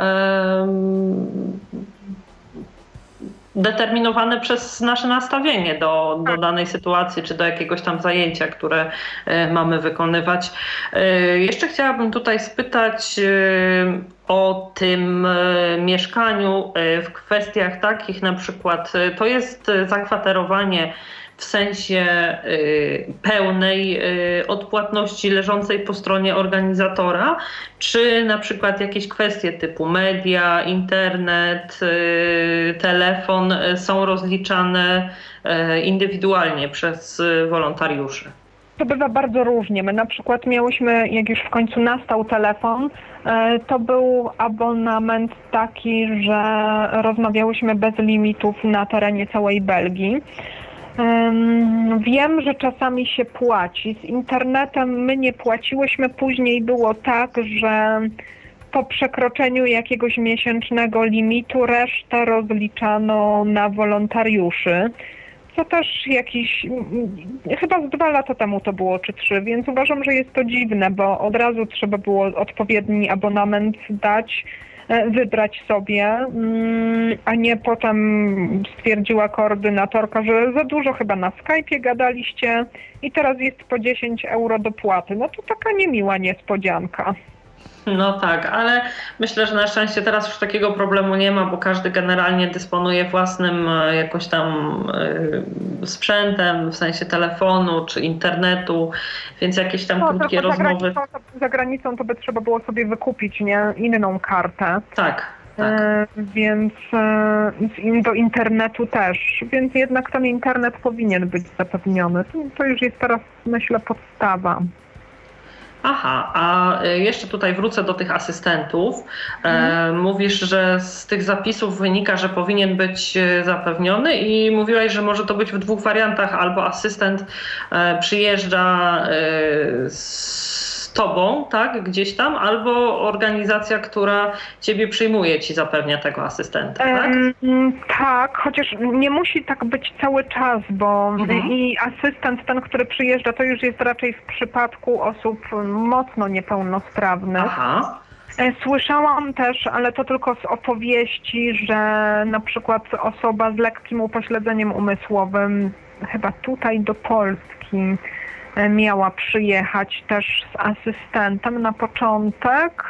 um, determinowane przez nasze nastawienie do, do danej sytuacji, czy do jakiegoś tam zajęcia, które y, mamy wykonywać. Y, jeszcze chciałabym tutaj spytać y, o tym y, mieszkaniu y, w kwestiach takich, na przykład y, to jest zakwaterowanie w sensie y, pełnej y, odpłatności leżącej po stronie organizatora, czy na przykład jakieś kwestie typu media, internet, y, telefon y, są rozliczane y, indywidualnie przez y, wolontariuszy? To bywa bardzo różnie. My na przykład miałyśmy, jak już w końcu nastał telefon, to był abonament taki, że rozmawiałyśmy bez limitów na terenie całej Belgii. Wiem, że czasami się płaci. Z internetem my nie płaciłyśmy. Później było tak, że po przekroczeniu jakiegoś miesięcznego limitu resztę rozliczano na wolontariuszy. To też jakiś, chyba z dwa lata temu to było, czy trzy, więc uważam, że jest to dziwne, bo od razu trzeba było odpowiedni abonament dać, wybrać sobie, a nie potem stwierdziła koordynatorka, że za dużo chyba na Skype'ie gadaliście i teraz jest po dziesięć euro dopłaty. No to taka niemiła niespodzianka. No tak, ale myślę, że na szczęście teraz już takiego problemu nie ma, bo każdy generalnie dysponuje własnym jakoś tam sprzętem, w sensie telefonu czy internetu, więc jakieś tam no, krótkie za rozmowy. Granicą, to, za granicą to by trzeba było sobie wykupić, nie? Inną kartę. Tak. Tak. E, więc e, do internetu też, więc jednak ten internet powinien być zapewniony. To, to już jest teraz, myślę, podstawa. Aha, a jeszcze tutaj wrócę do tych asystentów. E, mówisz, że z tych zapisów wynika, że powinien być zapewniony i mówiłaś, że może to być w dwóch wariantach, albo asystent e, przyjeżdża e, z tobą, tak, gdzieś tam, albo organizacja, która ciebie przyjmuje, ci zapewnia tego asystenta, tak? Um, tak, chociaż nie musi tak być cały czas, bo mhm. i asystent, ten, który przyjeżdża, to już jest raczej w przypadku osób mocno niepełnosprawnych. Aha. Słyszałam też, ale to tylko z opowieści, że na przykład osoba z lekkim upośledzeniem umysłowym, chyba tutaj do Polski, miała przyjechać też z asystentem na początek.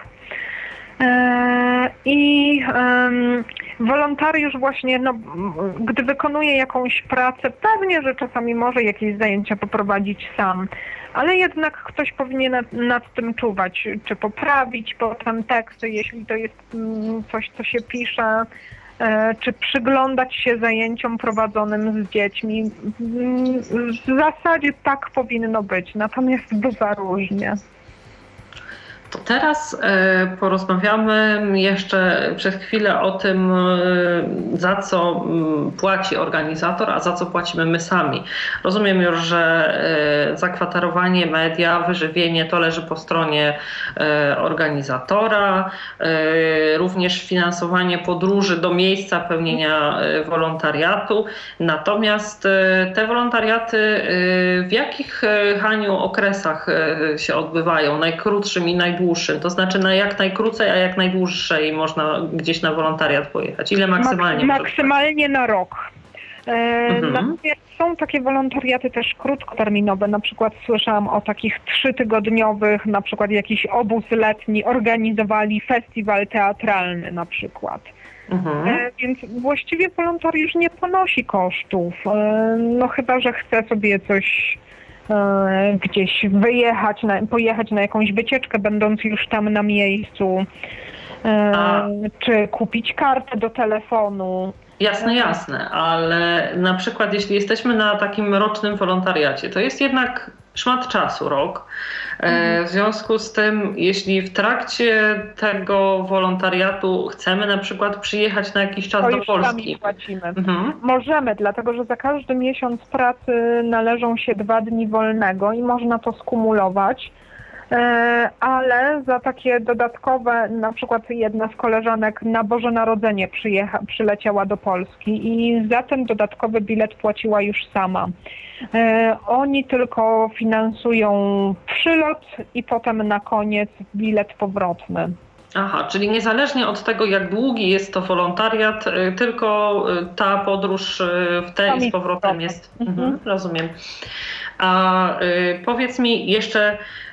I wolontariusz właśnie, no, gdy wykonuje jakąś pracę, pewnie, że czasami może jakieś zajęcia poprowadzić sam, ale jednak ktoś powinien nad, nad tym czuwać, czy poprawić potem teksty, jeśli to jest coś, co się pisze, czy przyglądać się zajęciom prowadzonym z dziećmi. W zasadzie tak powinno być, natomiast bywa różnie. To teraz porozmawiamy jeszcze przez chwilę o tym, za co płaci organizator, a za co płacimy my sami. Rozumiem już, że zakwaterowanie, media, wyżywienie to leży po stronie organizatora, również finansowanie podróży do miejsca pełnienia wolontariatu. Natomiast te wolontariaty w jakich, Haniu, okresach się odbywają? Najkrótszym i najdłuższym? Dłuższym, to znaczy na jak najkrócej, a jak najdłuższej można gdzieś na wolontariat pojechać? Ile maksymalnie? Maks- maksymalnie na rok. E, mhm. Natomiast są takie wolontariaty też krótkoterminowe, na przykład słyszałam o takich trzytygodniowych, na przykład jakiś obóz letni, organizowali festiwal teatralny na przykład. Mhm. E, więc właściwie wolontariusz nie ponosi kosztów, e, no chyba że chce sobie coś gdzieś wyjechać, na, pojechać na jakąś wycieczkę, będąc już tam na miejscu, A. czy kupić kartę do telefonu. Jasne, jasne, ale na przykład jeśli jesteśmy na takim rocznym wolontariacie, to jest jednak szmat czasu, rok. Mhm. W związku z tym, jeśli w trakcie tego wolontariatu chcemy na przykład przyjechać na jakiś czas to do już Polski. Sami płacimy. Mhm. Możemy, dlatego że za każdy miesiąc pracy należą się dwa dni wolnego i można to skumulować. Ale za takie dodatkowe, na przykład jedna z koleżanek na Boże Narodzenie przyjecha, przyleciała do Polski i za ten dodatkowy bilet płaciła już sama. Oni tylko finansują przylot i potem na koniec bilet powrotny. Aha, czyli niezależnie od tego, jak długi jest to wolontariat, tylko ta podróż w te i z powrotem jest. Mhm. Mhm, rozumiem. A y, powiedz mi jeszcze y,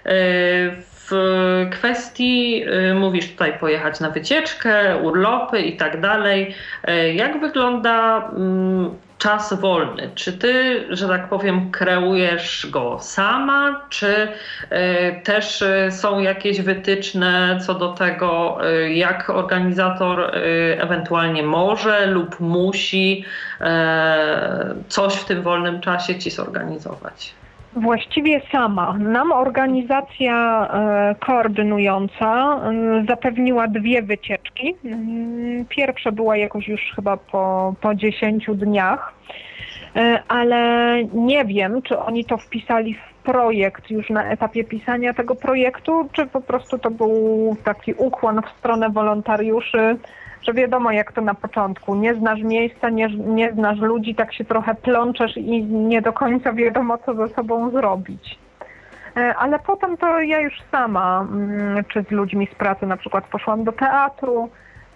w kwestii, y, mówisz tutaj pojechać na wycieczkę, urlopy i tak dalej. Y, jak wygląda y, czas wolny? Czy ty, że tak powiem, kreujesz go sama, czy y, też y, są jakieś wytyczne co do tego, y, jak organizator y, ewentualnie może lub musi y, coś w tym wolnym czasie ci zorganizować? Właściwie sama. Nam organizacja e, koordynująca e, zapewniła dwie wycieczki. Pierwsza była jakoś już chyba po, po dziesięciu dniach, e, ale nie wiem, czy oni to wpisali w projekt już na etapie pisania tego projektu, czy po prostu to był taki ukłon w stronę wolontariuszy, że wiadomo jak to na początku, nie znasz miejsca, nie, nie znasz ludzi, tak się trochę plączesz i nie do końca wiadomo co ze sobą zrobić. Ale potem to ja już sama, czy z ludźmi z pracy na przykład poszłam do teatru,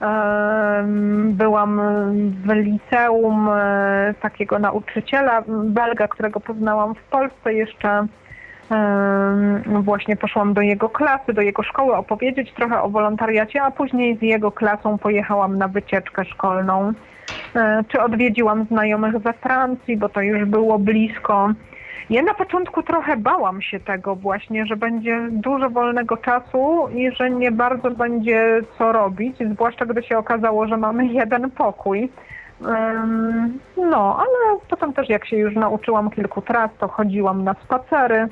byłam w liceum takiego nauczyciela, Belga, którego poznałam w Polsce jeszcze. Właśnie poszłam do jego klasy, do jego szkoły opowiedzieć trochę o wolontariacie, a później z jego klasą pojechałam na wycieczkę szkolną. Czy odwiedziłam znajomych we Francji, bo to już było blisko. Ja na początku trochę bałam się tego właśnie, że będzie dużo wolnego czasu i że nie bardzo będzie co robić, zwłaszcza gdy się okazało, że mamy jeden pokój. No, ale potem też jak się już nauczyłam kilku tras, to chodziłam na spacery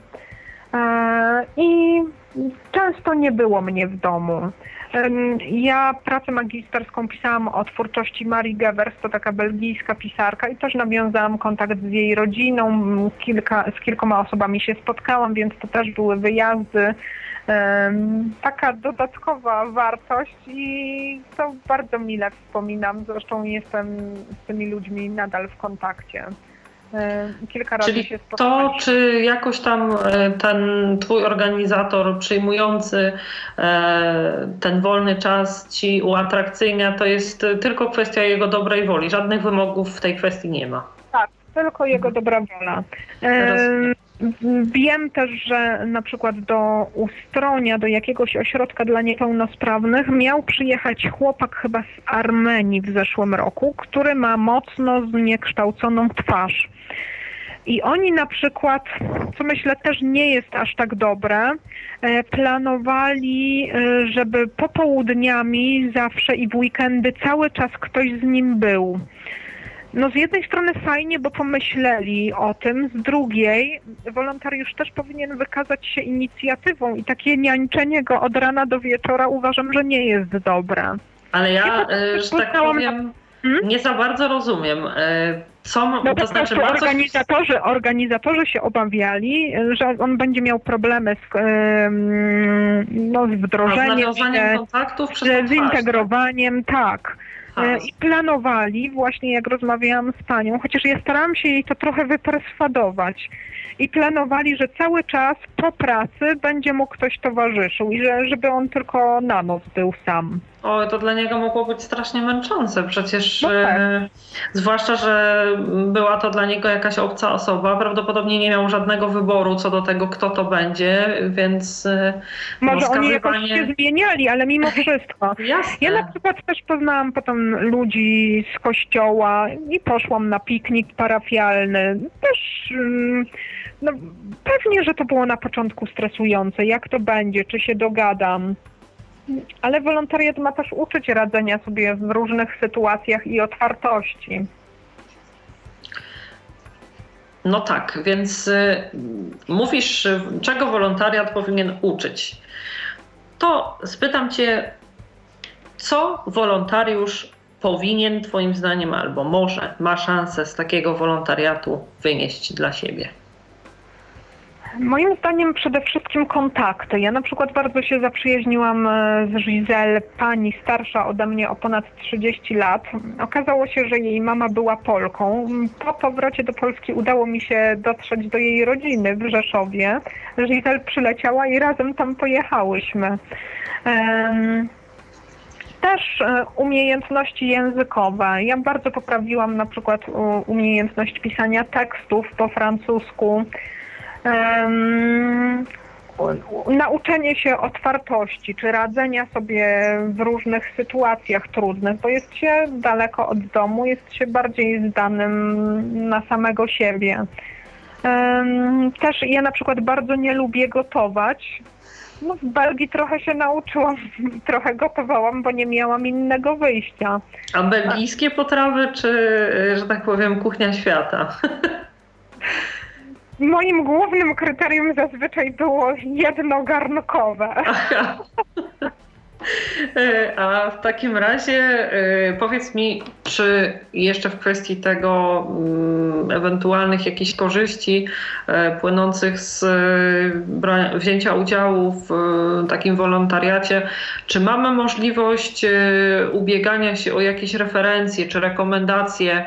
i często nie było mnie w domu. Ja pracę magisterską pisałam o twórczości Marii Gevers, to taka belgijska pisarka i też nawiązałam kontakt z jej rodziną, kilka, z kilkoma osobami się spotkałam, więc to też były wyjazdy. Taka dodatkowa wartość i to bardzo mile wspominam, zresztą jestem z tymi ludźmi nadal w kontakcie. Kilka razy Czyli się to, czy jakoś tam ten twój organizator przyjmujący ten wolny czas ci uatrakcyjnia, to jest tylko kwestia jego dobrej woli, żadnych wymogów w tej kwestii nie ma. Tak, tylko jego dobra wola. Wiem też, że na przykład do Ustronia, do jakiegoś ośrodka dla niepełnosprawnych miał przyjechać chłopak chyba z Armenii w zeszłym roku, który ma mocno zniekształconą twarz. I oni na przykład, co myślę też nie jest aż tak dobre, planowali, żeby popołudniami zawsze i w weekendy cały czas ktoś z nim był. No z jednej strony fajnie, bo pomyśleli o tym, z drugiej wolontariusz też powinien wykazać się inicjatywą i takie niańczenie go od rana do wieczora uważam, że nie jest dobre. Ale ja, ja że tak powiem, hmm? nie za bardzo rozumiem. Co, no to znaczy bardzo... organizatorzy, organizatorzy się obawiali, że on będzie miał problemy z, no, z wdrożeniem, z nawiązaniem kontaktów, z zintegrowaniem, tak. I planowali, właśnie jak rozmawiałam z panią, chociaż ja starałam się jej to trochę wyperswadować, i planowali, że cały czas po pracy będzie mu ktoś towarzyszył i że, żeby on tylko na noc był sam. O, to dla niego mogło być strasznie męczące przecież, no tak. e, zwłaszcza, że była to dla niego jakaś obca osoba, prawdopodobnie nie miał żadnego wyboru co do tego, kto to będzie, więc e, może wskazywanie... oni jakoś się zmieniali, ale mimo wszystko. Jasne. Ja na przykład też poznałam potem ludzi z kościoła i poszłam na piknik parafialny. Też no, pewnie, że to było na początku stresujące, jak to będzie, czy się dogadam. Ale wolontariat ma też uczyć radzenia sobie w różnych sytuacjach i otwartości. No tak, więc y, mówisz, czego wolontariat powinien uczyć. To spytam cię, co wolontariusz powinien twoim zdaniem albo może ma szansę z takiego wolontariatu wynieść dla siebie? Moim zdaniem przede wszystkim kontakty. Ja na przykład bardzo się zaprzyjaźniłam z Giselle, pani starsza ode mnie o ponad trzydzieści lat. Okazało się, że jej mama była Polką. Po powrocie do Polski udało mi się dotrzeć do jej rodziny w Rzeszowie. Giselle przyleciała i razem tam pojechałyśmy. Też umiejętności językowe. Ja bardzo poprawiłam na przykład umiejętność pisania tekstów po francusku. Um, nauczenie się otwartości, czy radzenia sobie w różnych sytuacjach trudnych, bo jest się daleko od domu, jest się bardziej zdanym na samego siebie. Um, też ja na przykład bardzo nie lubię gotować. No, w Belgii trochę się nauczyłam, trochę gotowałam, bo nie miałam innego wyjścia. A belgijskie potrawy, czy, że tak powiem, kuchnia świata? Moim głównym kryterium zazwyczaj było jednogarnkowe. Aha. A w takim razie powiedz mi, czy jeszcze w kwestii tego ewentualnych jakichś korzyści płynących z wzięcia udziału w takim wolontariacie, czy mamy możliwość ubiegania się o jakieś referencje czy rekomendacje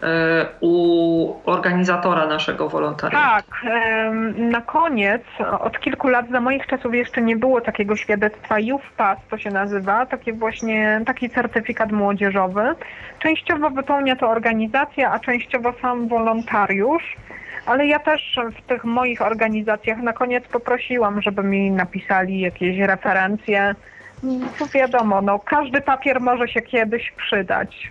u organizatora naszego wolontariatu? Tak, na koniec, od kilku lat, za moich czasów jeszcze nie było takiego świadectwa Youth Pass, to się nazywa, takie właśnie, taki certyfikat młodzieżowy. Częściowo wypełnia to organizacja, a częściowo sam wolontariusz, ale ja też w tych moich organizacjach na koniec poprosiłam, żeby mi napisali jakieś referencje. To wiadomo, no, każdy papier może się kiedyś przydać.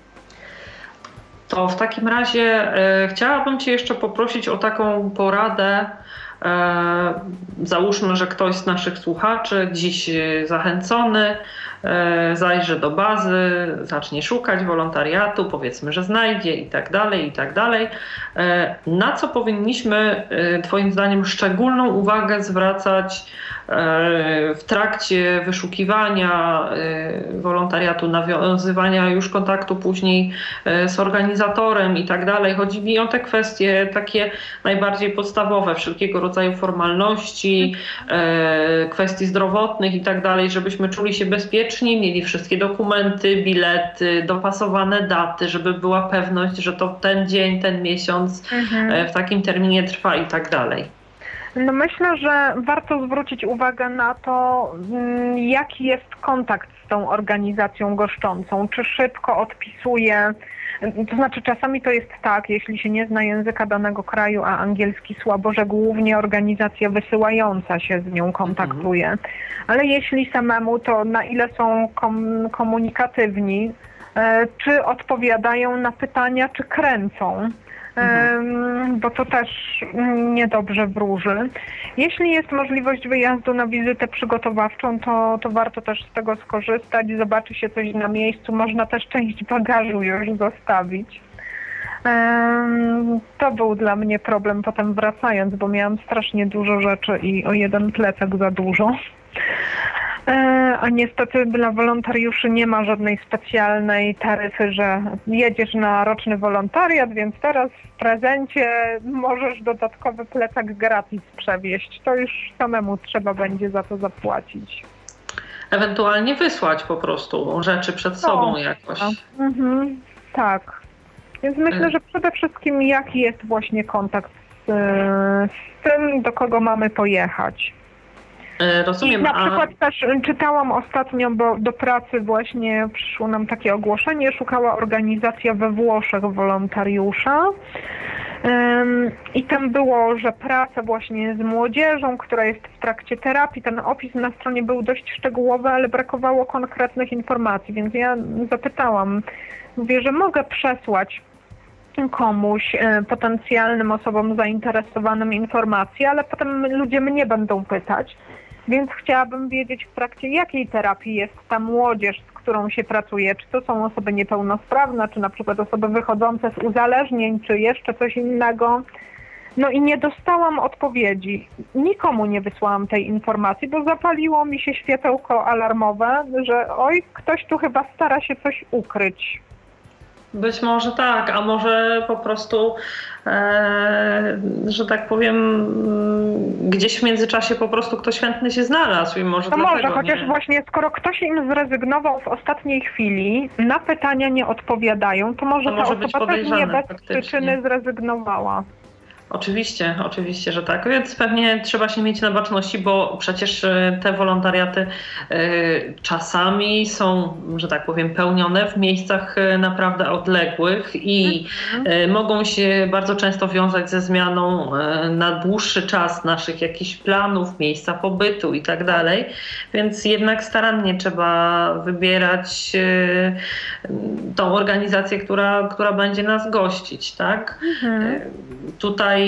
To w takim razie e, chciałabym Cię jeszcze poprosić o taką poradę. E, załóżmy, że ktoś z naszych słuchaczy dziś zachęcony e, zajrzy do bazy, zacznie szukać wolontariatu, powiedzmy, że znajdzie i tak dalej, i tak dalej. E, na co powinniśmy e, Twoim zdaniem szczególną uwagę zwracać w trakcie wyszukiwania wolontariatu, nawiązywania już kontaktu później z organizatorem i tak dalej. Chodzi mi o te kwestie takie najbardziej podstawowe, wszelkiego rodzaju formalności, kwestii zdrowotnych i tak dalej, żebyśmy czuli się bezpieczni, mieli wszystkie dokumenty, bilety, dopasowane daty, żeby była pewność, że to ten dzień, ten miesiąc mhm. w takim terminie trwa i tak dalej. No myślę, że warto zwrócić uwagę na to, jaki jest kontakt z tą organizacją goszczącą, czy szybko odpisuje. To znaczy czasami to jest tak, jeśli się nie zna języka danego kraju, a angielski słabo, że głównie organizacja wysyłająca się z nią kontaktuje. Mhm. Ale jeśli samemu, to na ile są kom- komunikatywni, czy odpowiadają na pytania, czy kręcą. Mhm. Bo to też niedobrze wróży. Jeśli jest możliwość wyjazdu na wizytę przygotowawczą, to, to warto też z tego skorzystać, zobaczy się coś na miejscu, można też część bagażu już zostawić. To był dla mnie problem potem wracając, bo miałam strasznie dużo rzeczy i o jeden plecak za dużo. A niestety dla wolontariuszy nie ma żadnej specjalnej taryfy, że jedziesz na roczny wolontariat, więc teraz w prezencie możesz dodatkowy plecak gratis przewieźć. To już samemu trzeba będzie za to zapłacić. Ewentualnie wysłać po prostu rzeczy przed sobą jakoś. Mhm, tak. Więc myślę, że przede wszystkim jaki jest właśnie kontakt z, z tym, do kogo mamy pojechać. Rozumiem. I na przykład a... też czytałam ostatnio, bo do pracy właśnie przyszło nam takie ogłoszenie, szukała organizacja we Włoszech wolontariusza um, i tam było, że praca właśnie z młodzieżą, która jest w trakcie terapii. Ten opis na stronie był dość szczegółowy, ale brakowało konkretnych informacji, więc ja zapytałam, mówię, że mogę przesłać komuś, e, potencjalnym osobom zainteresowanym informacje, ale potem ludzie mnie będą pytać. Więc chciałabym wiedzieć w trakcie jakiej terapii jest ta młodzież, z którą się pracuje. Czy to są osoby niepełnosprawne, czy na przykład osoby wychodzące z uzależnień, czy jeszcze coś innego. No i nie dostałam odpowiedzi. Nikomu nie wysłałam tej informacji, bo zapaliło mi się światełko alarmowe, że oj, ktoś tu chyba stara się coś ukryć. Być może tak, a może po prostu, e, że tak powiem, gdzieś w międzyczasie po prostu ktoś chętny się znalazł i może to dlatego może, chociaż nie... właśnie skoro ktoś im zrezygnował w ostatniej chwili, na pytania nie odpowiadają, to może to ta może osoba też nie bez faktycznie. przyczyny zrezygnowała. Oczywiście, oczywiście, że tak. Więc pewnie trzeba się mieć na baczności, bo przecież te wolontariaty czasami są, że tak powiem, pełnione w miejscach naprawdę odległych i mhm. mogą się bardzo często wiązać ze zmianą na dłuższy czas naszych jakichś planów, miejsca pobytu i tak dalej. Więc jednak starannie trzeba wybierać tą organizację, która, która będzie nas gościć, tak? Mhm. Tutaj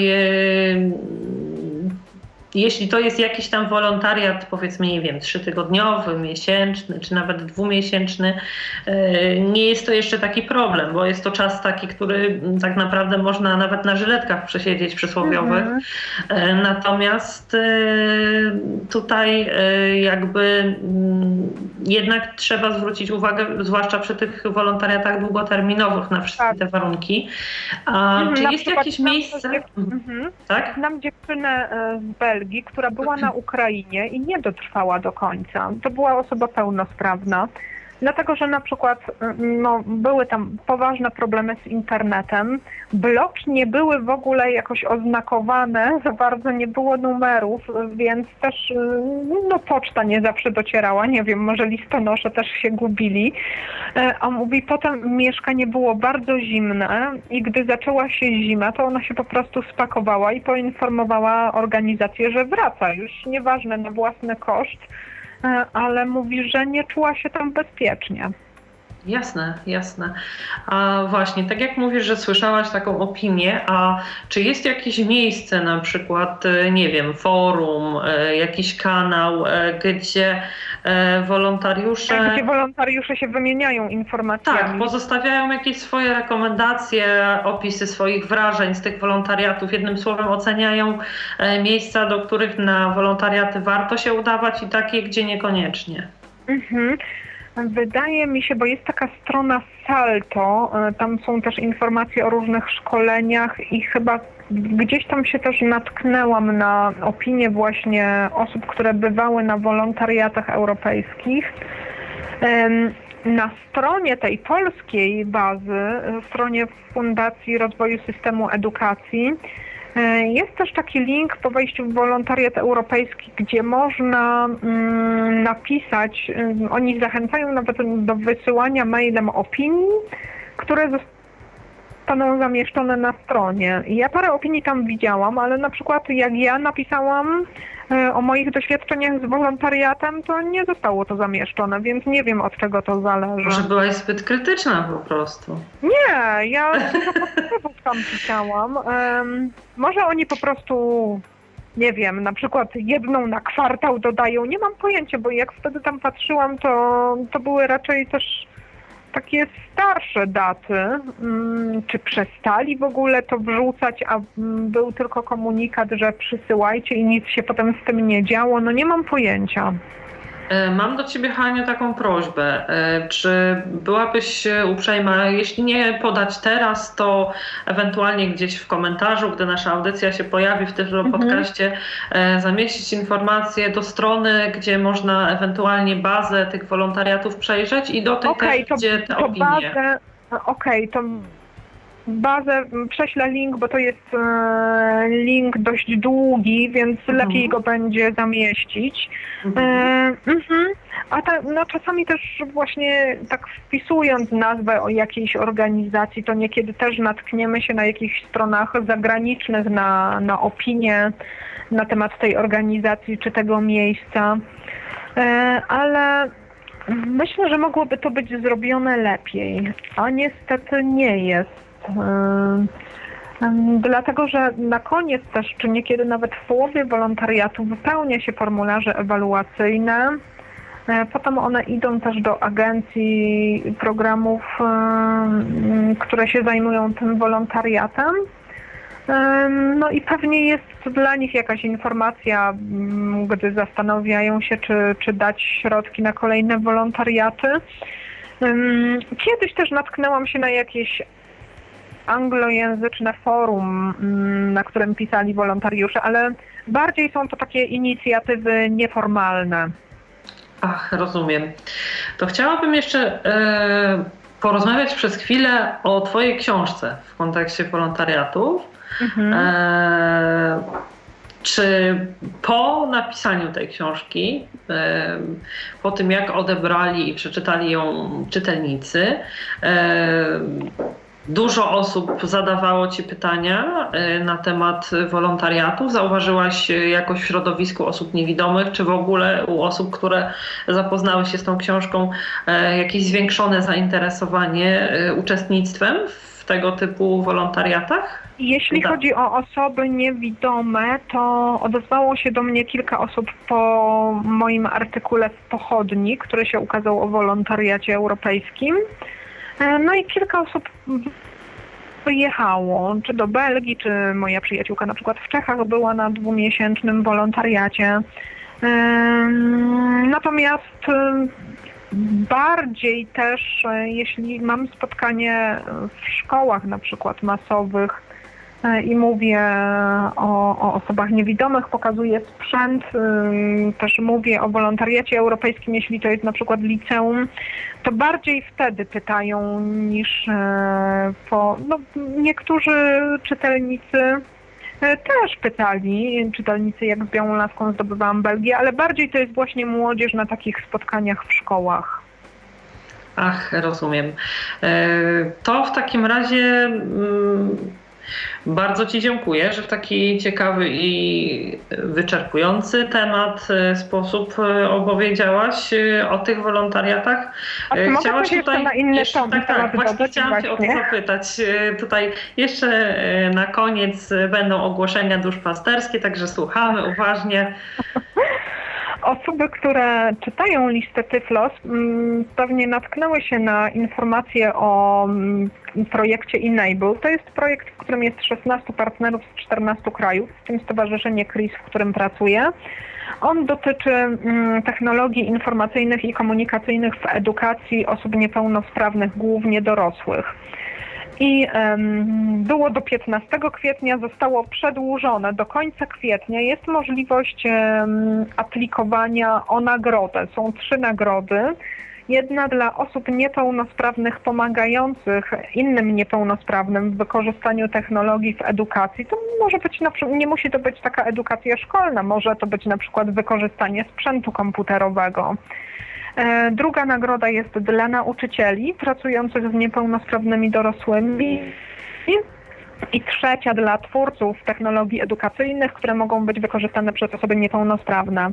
jeśli to jest jakiś tam wolontariat, powiedzmy, nie wiem, trzytygodniowy, miesięczny, czy nawet dwumiesięczny, nie jest to jeszcze taki problem, bo jest to czas taki, który tak naprawdę można nawet na żyletkach przesiedzieć przysłowiowych. Mhm. Natomiast tutaj jakby jednak trzeba zwrócić uwagę, zwłaszcza przy tych wolontariatach długoterminowych, na wszystkie tak. te warunki. A, mhm, czy jest jakieś miejsce? Mhm. Tak? Znam dziewczynę z Belgii, która była na Ukrainie i nie dotrwała do końca. To była osoba pełnosprawna. Dlatego, że na przykład no, były tam poważne problemy z internetem, bloki nie były w ogóle jakoś oznakowane, za bardzo nie było numerów, więc też no, poczta nie zawsze docierała, nie wiem, może listonosze też się gubili. A mówi, potem mieszkanie było bardzo zimne i gdy zaczęła się zima, to ona się po prostu spakowała i poinformowała organizację, że wraca, już nieważne, na własny koszt, ale mówi, że nie czuła się tam bezpiecznie. Jasne, jasne. A właśnie, tak jak mówisz, że słyszałaś taką opinię, a czy jest jakieś miejsce, na przykład, nie wiem, forum, jakiś kanał, gdzie wolontariusze... Tak, gdzie wolontariusze się wymieniają informacjami. Tak, pozostawiają jakieś swoje rekomendacje, opisy swoich wrażeń z tych wolontariatów. Jednym słowem oceniają miejsca, do których na wolontariaty warto się udawać i takie, gdzie niekoniecznie. Mhm. Wydaje mi się, bo jest taka strona Salto, tam są też informacje o różnych szkoleniach i chyba gdzieś tam się też natknęłam na opinie właśnie osób, które bywały na wolontariatach europejskich. Na stronie tej polskiej bazy, stronie Fundacji Rozwoju Systemu Edukacji, jest też taki link po wejściu w wolontariat europejski, gdzie można mm, napisać, um, oni zachęcają nawet do wysyłania mailem opinii, które zostaną zamieszczone na stronie. Ja parę opinii tam widziałam, ale na przykład jak ja napisałam o moich doświadczeniach z wolontariatem, to nie zostało to zamieszczone, więc nie wiem, od czego to zależy. Może byłaś zbyt krytyczna po prostu. Nie, ja dużo pozytywów tam pisałam. Um, może oni po prostu, nie wiem, na przykład jedną na kwartał dodają, nie mam pojęcia, bo jak wtedy tam patrzyłam, to, to były raczej też takie starsze daty, czy przestali w ogóle to wrzucać, a był tylko komunikat, że przysyłajcie i nic się potem z tym nie działo, no nie mam pojęcia. Mam do Ciebie, Haniu, taką prośbę. Czy byłabyś uprzejma, jeśli nie podać teraz, to ewentualnie gdzieś w komentarzu, gdy nasza audycja się pojawi w tym mhm. podcaście, zamieścić informacje do strony, gdzie można ewentualnie bazę tych wolontariatów przejrzeć i do tej okay, też, to, gdzie te to opinie. Bazę, okej, okay, to bazę prześlę link, bo to jest e, link dość długi, więc mhm. lepiej go będzie zamieścić. Mhm. E, mhm. A ta, no czasami też właśnie tak wpisując nazwę o jakiejś organizacji, to niekiedy też natkniemy się na jakichś stronach zagranicznych na, na opinie na temat tej organizacji czy tego miejsca. E, ale myślę, że mogłoby to być zrobione lepiej, a niestety nie jest. Dlatego, że na koniec też, czy niekiedy nawet w połowie wolontariatu wypełnia się formularze ewaluacyjne. Potem one idą też do agencji programów, które się zajmują tym wolontariatem. No i pewnie jest dla nich jakaś informacja, gdy zastanawiają się, czy, czy dać środki na kolejne wolontariaty. Kiedyś też natknęłam się na jakieś anglojęzyczne forum, na którym pisali wolontariusze, ale bardziej są to takie inicjatywy nieformalne. Ach, rozumiem. To chciałabym jeszcze e, porozmawiać przez chwilę o Twojej książce w kontekście wolontariatów. Mhm. E, czy po napisaniu tej książki, e, po tym jak odebrali i przeczytali ją czytelnicy, e, dużo osób zadawało Ci pytania na temat wolontariatu. Zauważyłaś jakoś w środowisku osób niewidomych, czy w ogóle u osób, które zapoznały się z tą książką, jakieś zwiększone zainteresowanie uczestnictwem w tego typu wolontariatach? Jeśli da. chodzi o osoby niewidome, to odezwało się do mnie kilka osób po moim artykule w Pochodni, który się ukazał o wolontariacie europejskim. No i kilka osób wyjechało, czy do Belgii, czy moja przyjaciółka na przykład w Czechach była na dwumiesięcznym wolontariacie. Natomiast bardziej też, jeśli mam spotkanie w szkołach na przykład masowych i mówię o, o osobach niewidomych, pokazuję sprzęt, też mówię o wolontariacie europejskim, jeśli to jest na przykład liceum, to bardziej wtedy pytają niż po... No, niektórzy czytelnicy też pytali, czytelnicy jak z Białą Laską zdobywałam Belgię, ale bardziej to jest właśnie młodzież na takich spotkaniach w szkołach. Ach, rozumiem. To w takim razie bardzo Ci dziękuję, że w taki ciekawy i wyczerpujący temat sposób opowiedziałaś o tych wolontariatach. Chciałaś tutaj na inny jeszcze, tom, tak, tak, właśnie chciałam właśnie. Cię o to zapytać. Tutaj jeszcze na koniec będą ogłoszenia duszpasterskie, także słuchamy uważnie. Osoby, które czytają listę Tyflos, pewnie natknęły się na informacje o projekcie Enable. To jest projekt, w którym jest szesnastu partnerów z czternastu krajów, w tym Stowarzyszenie K R I S, w którym pracuję. On dotyczy technologii informacyjnych i komunikacyjnych w edukacji osób niepełnosprawnych, głównie dorosłych. I um, było do piętnastego kwietnia, zostało przedłużone do końca kwietnia. Jest możliwość um, aplikowania o nagrodę. Są trzy nagrody. Jedna dla osób niepełnosprawnych pomagających innym niepełnosprawnym w wykorzystaniu technologii w edukacji. To może być, na przykład, nie musi to być taka edukacja szkolna, może to być na przykład wykorzystanie sprzętu komputerowego. Druga nagroda jest dla nauczycieli pracujących z niepełnosprawnymi dorosłymi i trzecia dla twórców technologii edukacyjnych, które mogą być wykorzystane przez osoby niepełnosprawne.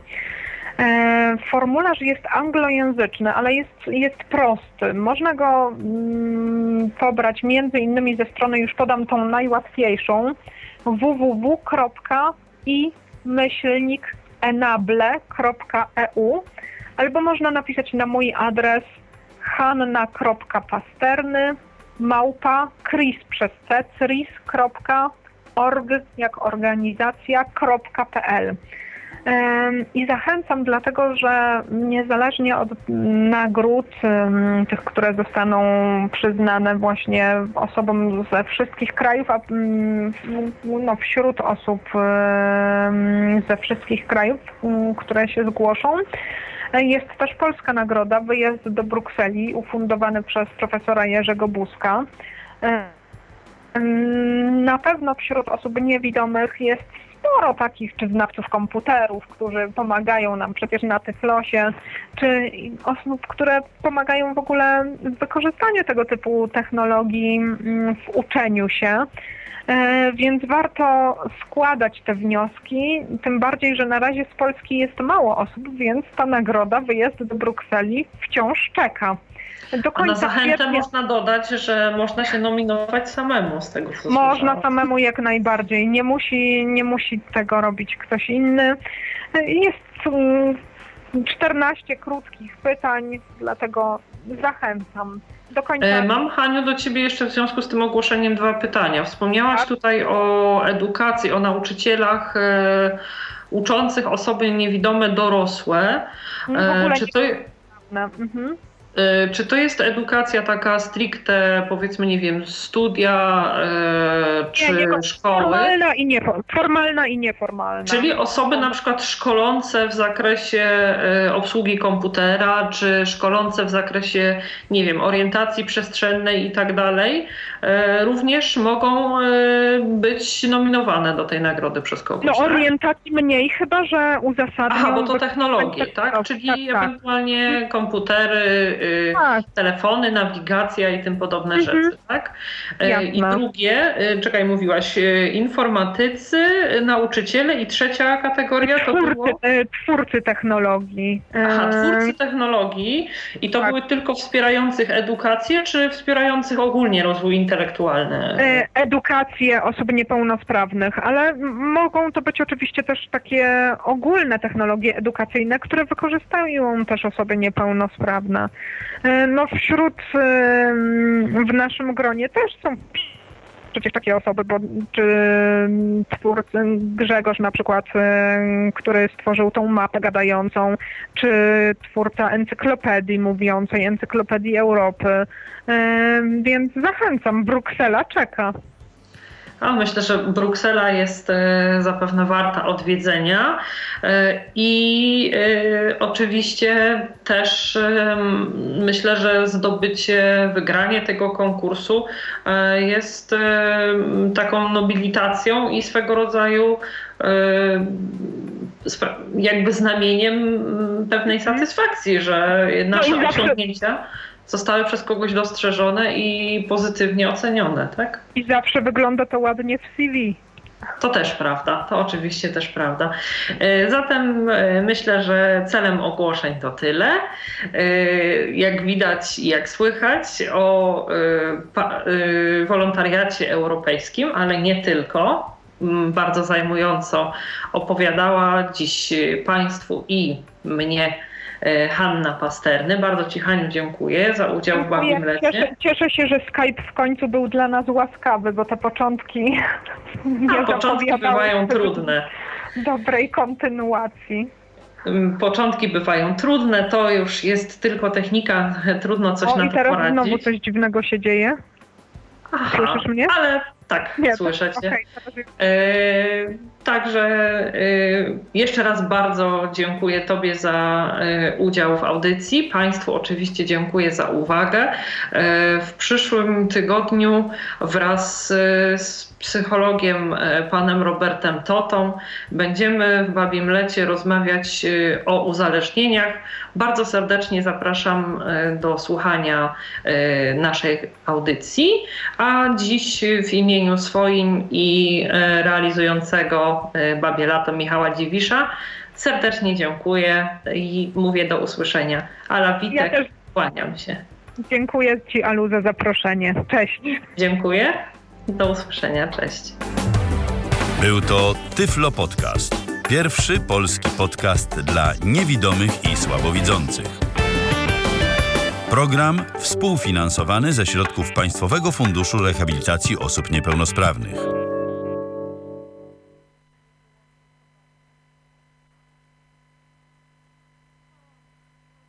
Formularz jest anglojęzyczny, ale jest, jest prosty. Można go mm, pobrać między innymi ze strony, już podam tą najłatwiejszą, w w w kropka i myślnik enable kropka e u. Albo można napisać na mój adres hanna kropka pasterny małpa kris przez c cris kropka org jak organizacja kropka p l. I zachęcam dlatego, że niezależnie od nagród, tych, które zostaną przyznane właśnie osobom ze wszystkich krajów, a no, wśród osób ze wszystkich krajów, które się zgłoszą, jest też polska nagroda, wyjazd do Brukseli, ufundowany przez profesora Jerzego Buzka. Na pewno wśród osób niewidomych jest sporo takich, czy znawców komputerów, którzy pomagają nam przecież na Tyflosie, czy osób, które pomagają w ogóle w wykorzystaniu tego typu technologii w uczeniu się. Więc warto składać te wnioski, tym bardziej, że na razie z Polski jest mało osób, więc ta nagroda, wyjazd do Brukseli wciąż czeka. Do końca A na zachętę kwietnia... można dodać, że można się nominować samemu z tego, co Można słyszałam. samemu jak najbardziej. Nie musi, nie musi tego robić ktoś inny. Jest czternaście krótkich pytań, dlatego zachęcam. Do końca... Mam, Haniu, do Ciebie jeszcze w związku z tym ogłoszeniem dwa pytania. Wspomniałaś tak. tutaj o edukacji, o nauczycielach e, uczących osoby niewidome dorosłe. E, czy to... Mhm. Czy to jest edukacja taka stricte, powiedzmy, nie wiem, studia e, czy nie, nie, szkoły? Formalna i, nieformalna. formalna i nieformalna. Czyli osoby na przykład szkolące w zakresie e, obsługi komputera, czy szkolące w zakresie, nie wiem, orientacji przestrzennej i tak dalej, e, również mogą e, być nominowane do tej nagrody przez kogoś. No tak? orientacji mniej, chyba że uzasadnią... Aha, bo to technologie, tak? Czyli tak, tak. ewentualnie komputery, Tak. telefony, nawigacja i tym podobne Mhm. rzeczy, tak? Jasne. I drugie, czekaj, mówiłaś, informatycy, nauczyciele i trzecia kategoria to twórcy, było? Twórcy technologii. Aha, twórcy technologii i to tak. były tylko wspierających edukację, czy wspierających ogólnie rozwój intelektualny? Edukację osób niepełnosprawnych, ale mogą to być oczywiście też takie ogólne technologie edukacyjne, które wykorzystują też osoby niepełnosprawne. No wśród, w naszym gronie też są przecież takie osoby, bo czy twórcy Grzegorz na przykład, który stworzył tą mapę gadającą, czy twórca encyklopedii mówiącej, Encyklopedii Europy, więc zachęcam, Bruksela czeka. A myślę, że Bruksela jest e, zapewne warta odwiedzenia e, i e, oczywiście też e, myślę, że zdobycie, wygranie tego konkursu e, jest e, taką nobilitacją i swego rodzaju e, jakby znamieniem pewnej satysfakcji, że nasze no zawsze... osiągnięcia zostały przez kogoś dostrzeżone i pozytywnie ocenione, tak? I zawsze wygląda to ładnie w C V. To też prawda, to oczywiście też prawda. Zatem myślę, że celem ogłoszeń to tyle. Jak widać i jak słychać o wolontariacie europejskim, ale nie tylko, bardzo zajmująco opowiadała dziś Państwu i mnie Hanna Pasterny. Bardzo Ci, Haniu, dziękuję za udział w Babim Lecie. Cieszę, cieszę się, że Skype w końcu był dla nas łaskawy, bo te początki nie A początki bywają trudne. Dobrej kontynuacji. Początki bywają trudne, to już jest tylko technika, trudno coś o, na i to teraz poradzić. Znowu coś dziwnego się dzieje. Aha, słyszysz mnie? Ale tak, Nie, słyszę to, Cię. okay, e, także e, jeszcze raz bardzo dziękuję Tobie za e, udział w audycji. Państwu oczywiście dziękuję za uwagę. E, w przyszłym tygodniu wraz e, z psychologiem e, panem Robertem Totą będziemy w Babim Lecie rozmawiać e, o uzależnieniach. Bardzo serdecznie zapraszam e, do słuchania e, naszej audycji, a dziś w imieniu swoim i e, realizującego e, Babie Lato Michała Dziwisza serdecznie dziękuję i mówię do usłyszenia. Ala Witek, ja też kłaniam się. Dziękuję Ci, Alu, za zaproszenie. Cześć. Dziękuję. Do usłyszenia. Cześć. Był to Tyflo Podcast. Pierwszy polski podcast dla niewidomych i słabowidzących. Program współfinansowany ze środków Państwowego Funduszu Rehabilitacji Osób Niepełnosprawnych.